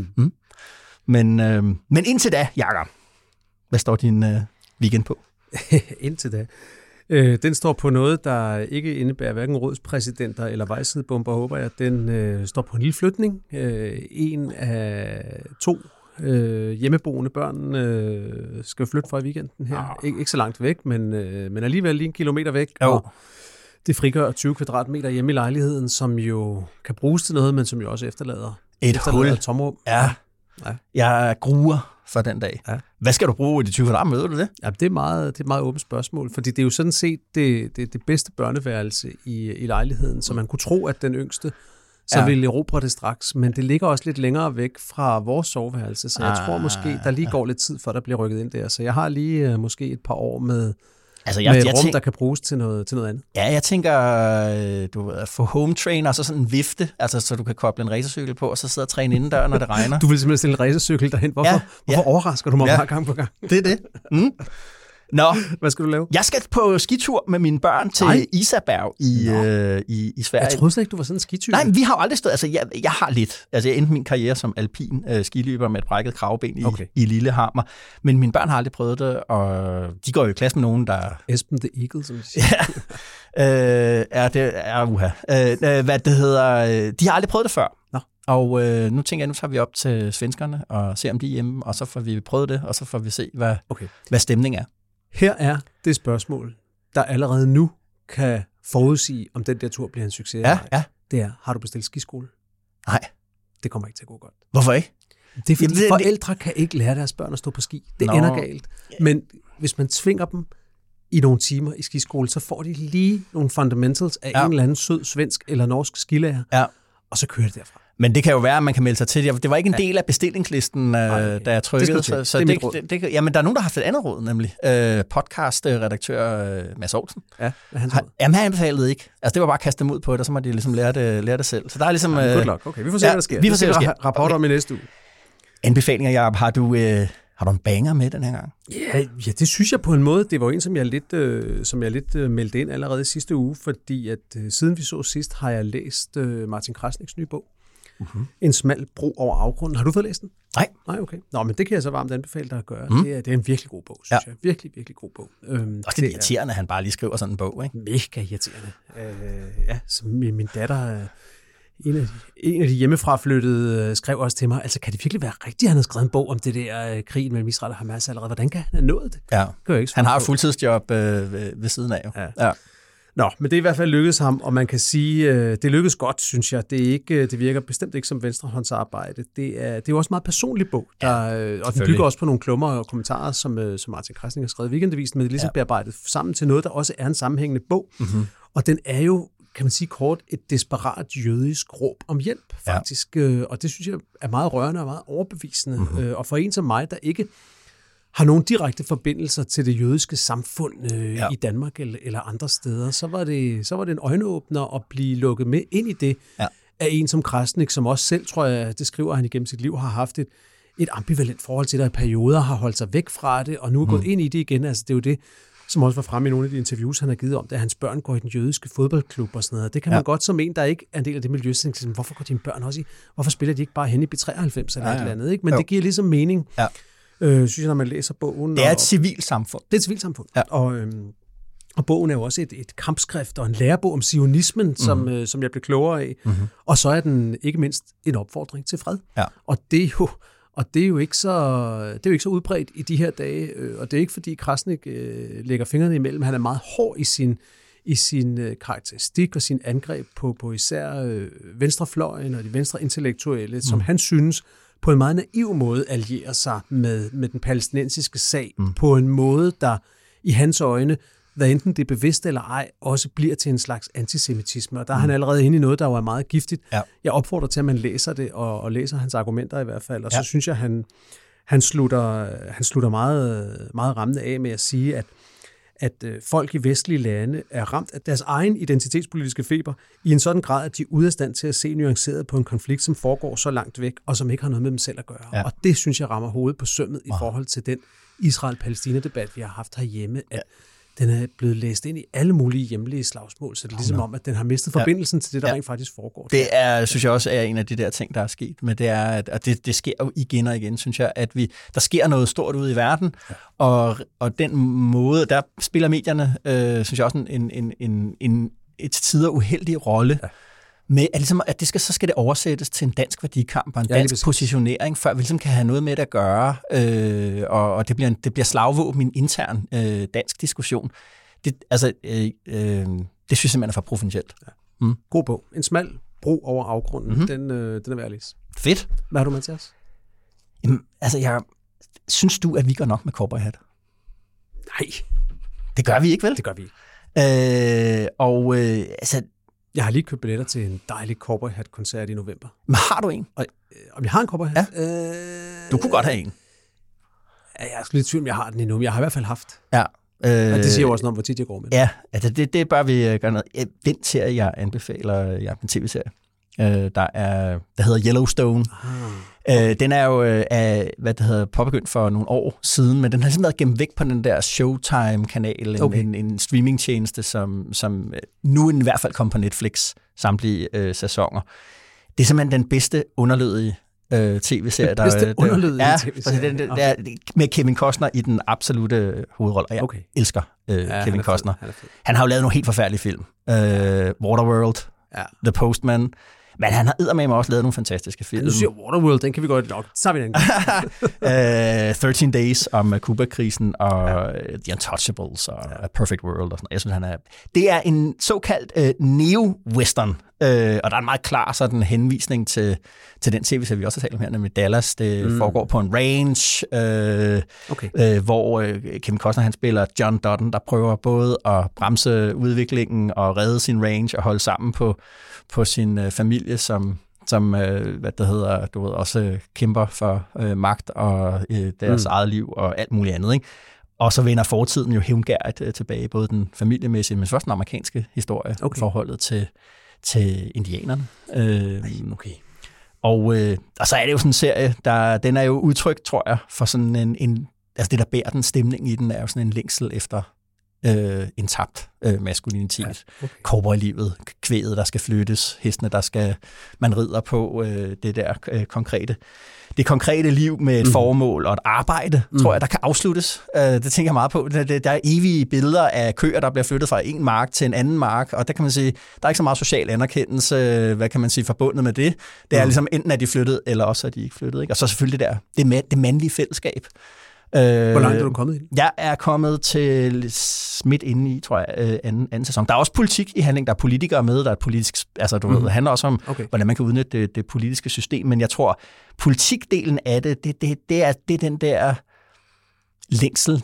Speaker 1: Men indtil da, Jakob, hvad står din weekend på?
Speaker 2: Indtil da. Den står på noget, der ikke indebærer hverken rådspræsidenter eller vejsidebomber, håber jeg. Den står på en lille flytning. En af 2 hjemmeboende børn skal flytte fra i weekenden her. Ikke så langt væk, men alligevel lige 1 kilometer væk. Og det frigør 20 kvadratmeter hjemme i lejligheden, som jo kan bruges til noget, men som jo også efterlader et tomrum.
Speaker 1: Ja. Jeg gruer for den dag. Ja. Hvad skal du bruge i de 20 kvadratmeter, ved du det?
Speaker 2: Ja, det er et meget åbent spørgsmål, fordi det er jo sådan set det bedste børneværelse i lejligheden, så man kunne tro, at den yngste så ville erobre det straks, men det ligger også lidt længere væk fra vores soveværelse, så jeg tror måske, der lige går lidt tid, før der bliver rykket ind der. Så jeg har lige måske et par år med et rum, der kan bruges til noget andet. Ja,
Speaker 1: jeg tænker, du ved, få home trainer og så sådan en vifte, altså så du kan koble en racercykel på, og så sidde og træne indendør, når det regner.
Speaker 2: Du vil simpelthen stille en racercykel derhen. Hvorfor overrasker du mig bare gang på gang?
Speaker 1: Det er det. Nå,
Speaker 2: hvad skal du lave?
Speaker 1: Jeg skal på skitur med mine børn til Isaberg i Sverige.
Speaker 2: Jeg troede slet ikke, du var sådan en skitype.
Speaker 1: Nej, men vi har jo aldrig stået. Altså, jeg har lidt. Altså, jeg endte min karriere som alpin skiløber med et brækket kravben i Lillehammer. Men mine børn har aldrig prøvet det, og de går jo i klasse med nogen, der...
Speaker 2: Esben the Eagle, som siger.
Speaker 1: Det er uha. Hvad det hedder... De har aldrig prøvet det før.
Speaker 2: Nå.
Speaker 1: Og nu tænker jeg, nu tager vi op til svenskerne og ser, om de er hjemme, og så får vi prøvet det, og så får vi se, hvad stemningen er.
Speaker 2: Her er det spørgsmål, der allerede nu kan forudsige, om den der tur bliver en succes.
Speaker 1: Ja.
Speaker 2: Det er, har du bestilt skiskole?
Speaker 1: Nej.
Speaker 2: Det kommer ikke til at gå godt.
Speaker 1: Hvorfor ikke?
Speaker 2: Det er fordi forældre kan ikke lære deres børn at stå på ski. Det ender galt. Men hvis man tvinger dem i nogle timer i skiskole, så får de lige nogle fundamentals af en eller anden sød svensk eller norsk skilærer, og så kører det derfra.
Speaker 1: Men det kan jo være, at man kan melde sig til det. Det var ikke en del af bestillingslisten, da jeg trykkede. Jamen, der er nogen, der har haft et andet råd, nemlig podcast-redaktør Mads Olsen.
Speaker 2: Ja, hvad hans råd?
Speaker 1: Jamen, han anbefalede ikke. Altså, det var bare at kaste dem ud på det, og så må de ligesom lære det selv. Så der er ligesom...
Speaker 2: good luck. Okay, vi får se, hvad der sker. Vi får se, hvad der sker. Rapporter om i næste uge.
Speaker 1: Anbefalinger, Jacob. Har du en banger med den her gang?
Speaker 2: Ja, det synes jeg på en måde. Det var en, som jeg lidt meldte ind allerede sidste uge, fordi at siden vi så sidst, har jeg læst Martin Krasniks nye bog. En smal bro over afgrunden. Har du fået læst den?
Speaker 1: Nej.
Speaker 2: Nej, okay. Nå, men det kan jeg så varmt anbefale dig at gøre. Det er en virkelig god bog, synes jeg. Virkelig, virkelig god bog.
Speaker 1: Også det irriterende, at han bare lige skriver sådan en bog, ikke?
Speaker 2: Mega irriterende. Så min datter... En af de hjemmefra flyttede skrev også til mig, altså kan det virkelig være rigtigt, at han har skrevet en bog om det der krigen mellem Israel og Hamas allerede? Hvordan kan han have nået det?
Speaker 1: Ja. Han har jo fuldtidsjob ved siden af. Jo.
Speaker 2: Ja. Nå, men det er i hvert fald lykkedes ham, og man kan sige, det lykkedes godt, synes jeg. Det virker bestemt ikke som venstrehåndsarbejde. Det er jo også en meget personlig bog, og den bygger også på nogle klummer og kommentarer, som Martin Krasnik har skrevet i Weekendavisen, men det er ligesom bearbejdet sammen til noget, der også er en sammenhængende bog. Og den er jo, kan man sige kort, et desperat jødisk råb om hjælp, faktisk. Og det synes jeg er meget rørende og meget overbevisende. Og for en som mig, der ikke har nogle direkte forbindelser til det jødiske samfund i Danmark eller andre steder, så var det en øjenåbner at blive lukket med ind i det af en som Krasnik, som også selv, tror jeg, det skriver han igennem sit liv, har haft et ambivalent forhold til det, i perioder har holdt sig væk fra det, og nu er gået ind i det igen. Altså, det er jo det, som også var fremme i nogle af de interviews, han har givet om det, at hans børn går i den jødiske fodboldklub og sådan noget. Det kan man godt som en, der ikke er en del af det miljø, tænke, hvorfor går dine børn også hvorfor spiller de ikke bare hen i B93 eller et eller andet, ikke? Men det giver ligesom mening. Synes jeg, når man læser bogen.
Speaker 1: Det er et civilsamfund.
Speaker 2: Det er et civilsamfund. Ja. Og bogen er jo også et kampskrift og en lærebog om zionismen, som jeg blev klogere af. Mm-hmm. Og så er den ikke mindst en opfordring til fred. Ja. Og det er jo ikke så udbredt i de her dage, og det er ikke fordi Krasnik lægger fingrene imellem. Han er meget hård i sin karakteristik og sin angreb på især venstrefløjen og de venstreintellektuelle, som han synes på en meget naiv måde allierer sig med den palæstinensiske sag, på en måde, der i hans øjne, hvad enten det er bevidst eller ej, også bliver til en slags antisemitisme. Og der er han allerede inde i noget, der jo er meget giftigt. Ja. Jeg opfordrer til, at man læser det, og læser hans argumenter i hvert fald. Og så synes jeg, han slutter meget, meget rammende af med at sige, at folk i vestlige lande er ramt af deres egen identitetspolitiske feber i en sådan grad, at de er ude af stand til at se nuanceret på en konflikt, som foregår så langt væk, og som ikke har noget med dem selv at gøre. Ja. Og det synes jeg rammer hovedet på sømmet i forhold til den Israel-Palæstina-debat, vi har haft herhjemme, at den er blevet læst ind i alle mulige hjemlige slagsmål, så det er ligesom om, at den har mistet forbindelsen til det, der rent faktisk foregår.
Speaker 1: Det synes jeg også er en af de der ting, der er sket, men det er, at det sker jo igen og igen, synes jeg, at der sker noget stort ude i verden, og den måde, der spiller medierne, synes jeg også en et til tider uheldig rolle, med at så skal det oversættes til en dansk værdikamp og en dansk positionering, før vi ligesom kan have noget med det at gøre, og det bliver slagvåben i en intern dansk diskussion. Det synes jeg simpelthen er for provincielt. Ja.
Speaker 2: God bog. En smal bro over afgrunden. Den er værd at læse.
Speaker 1: Fedt.
Speaker 2: Hvad har du med til os?
Speaker 1: Jamen, synes du, at vi går nok med cowboyhat?
Speaker 2: Nej.
Speaker 1: Det gør vi ikke, vel?
Speaker 2: Det gør vi ikke. Jeg har lige købt billetter til en dejlig cowboyhat-koncert i november.
Speaker 1: Men har du en?
Speaker 2: Om jeg har en cowboyhat?
Speaker 1: Ja. Du kunne godt have en.
Speaker 2: Jeg er lidt i tvivl, om jeg har den endnu, men jeg har i hvert fald haft.
Speaker 1: Ja.
Speaker 2: Og det siger jo også noget om, hvor tit jeg går med.
Speaker 1: Ja, altså det bør vi gøre noget. Den serie, jeg anbefaler, en tv-serie, der hedder Yellowstone. Den er jo påbegyndt for nogle år siden, men den har simpelthen været gemt væk på den der Showtime-kanal, en streamingtjeneste, som nu i hvert fald kommer på Netflix, samtlige sæsoner. Det er simpelthen den bedste underlødige tv-serie.
Speaker 2: Den bedste underlødige tv-serie?
Speaker 1: Der med Kevin Costner i den absolute hovedrolle, og jeg elsker Kevin Costner. Han har jo lavet nogle helt forfærdelige film. Waterworld, The Postman. Men han har eddermame også lavet nogle fantastiske film.
Speaker 2: Du siger Waterworld, den kan vi godt nok. Så vi den.
Speaker 1: 13 Days om Cuba-krisen og The Untouchables og A Perfect World og sådan. Jeg synes, det er en såkaldt neo-western. Og der er en meget klar sådan henvisning til den tv-serie, vi også har talt om her, nemlig Dallas. Det foregår på en range, hvor Kevin Costner han spiller John Dutton, der prøver både at bremse udviklingen og redde sin range og holde sammen på sin familie, som også kæmper for magt og deres eget liv og alt muligt andet, ikke? Og så vender fortiden jo hævngærligt tilbage, både den familiemæssige, men først den amerikanske historie, forholdet til indianerne. Og så er det jo sådan en serie, den er jo udtrykt, tror jeg, for sådan altså det, der bærer den stemning i den, er jo sådan en længsel efter en tabt maskulinitet. Cowboylivet, kvæget, der skal flyttes, hestene, man rider på, det der det konkrete liv med et formål og et arbejde, tror jeg, der kan afsluttes. Det tænker jeg meget på. Der er evige billeder af køer, der bliver flyttet fra en mark til en anden mark, og der kan man sige, der er ikke så meget social anerkendelse, hvad kan man sige, forbundet med det. Det er ligesom, enten er de flyttet, eller også er de ikke flyttet. Ikke? Og så selvfølgelig det mandlige fællesskab.
Speaker 2: Hvor langt er du kommet i?
Speaker 1: Jeg er kommet til midt inde i, tror jeg, anden sæson. Der er også politik i handling. Der er politikere med, der er politisk... Altså, det handler også om, hvordan man kan udnytte det politiske system. Men jeg tror, politikdelen af det er den der længsel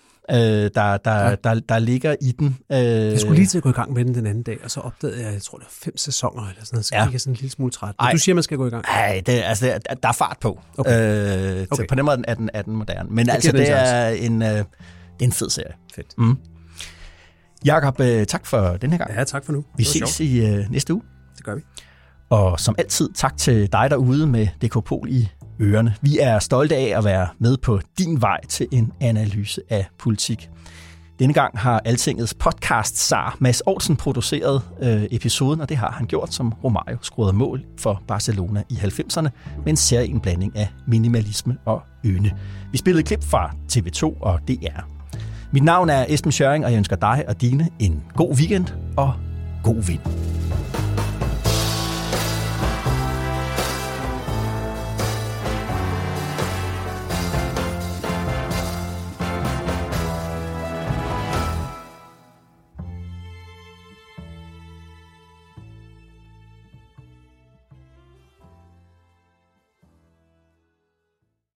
Speaker 1: der ligger i den.
Speaker 2: Jeg skulle lige til at gå i gang med den anden dag, og så opdagede jeg tror, det er 5 sæsoner eller sådan noget, så gik jeg sådan en lille smule træt. Men du siger, man skal gå i gang.
Speaker 1: Nej, der er fart på. På den måde er den moderne. Men altså, det er en fed serie.
Speaker 2: Fedt.
Speaker 1: Jakob, tak for den her gang.
Speaker 2: Ja, tak for nu.
Speaker 1: Vi ses i næste uge.
Speaker 2: Det gør vi.
Speaker 1: Og som altid, tak til dig derude med DK Pol i ørerne. Vi er stolte af at være med på din vej til en analyse af politik. Denne gang har Altingets podcast-zar Mads Olsen produceret episoden, og det har han gjort, som Romario skruede mål for Barcelona i 90'erne, med en særlig blanding af minimalisme og ynde. Vi spillede klip fra TV2 og DR. Mit navn er Esben Schøring, og jeg ønsker dig og dine en god weekend og god vind.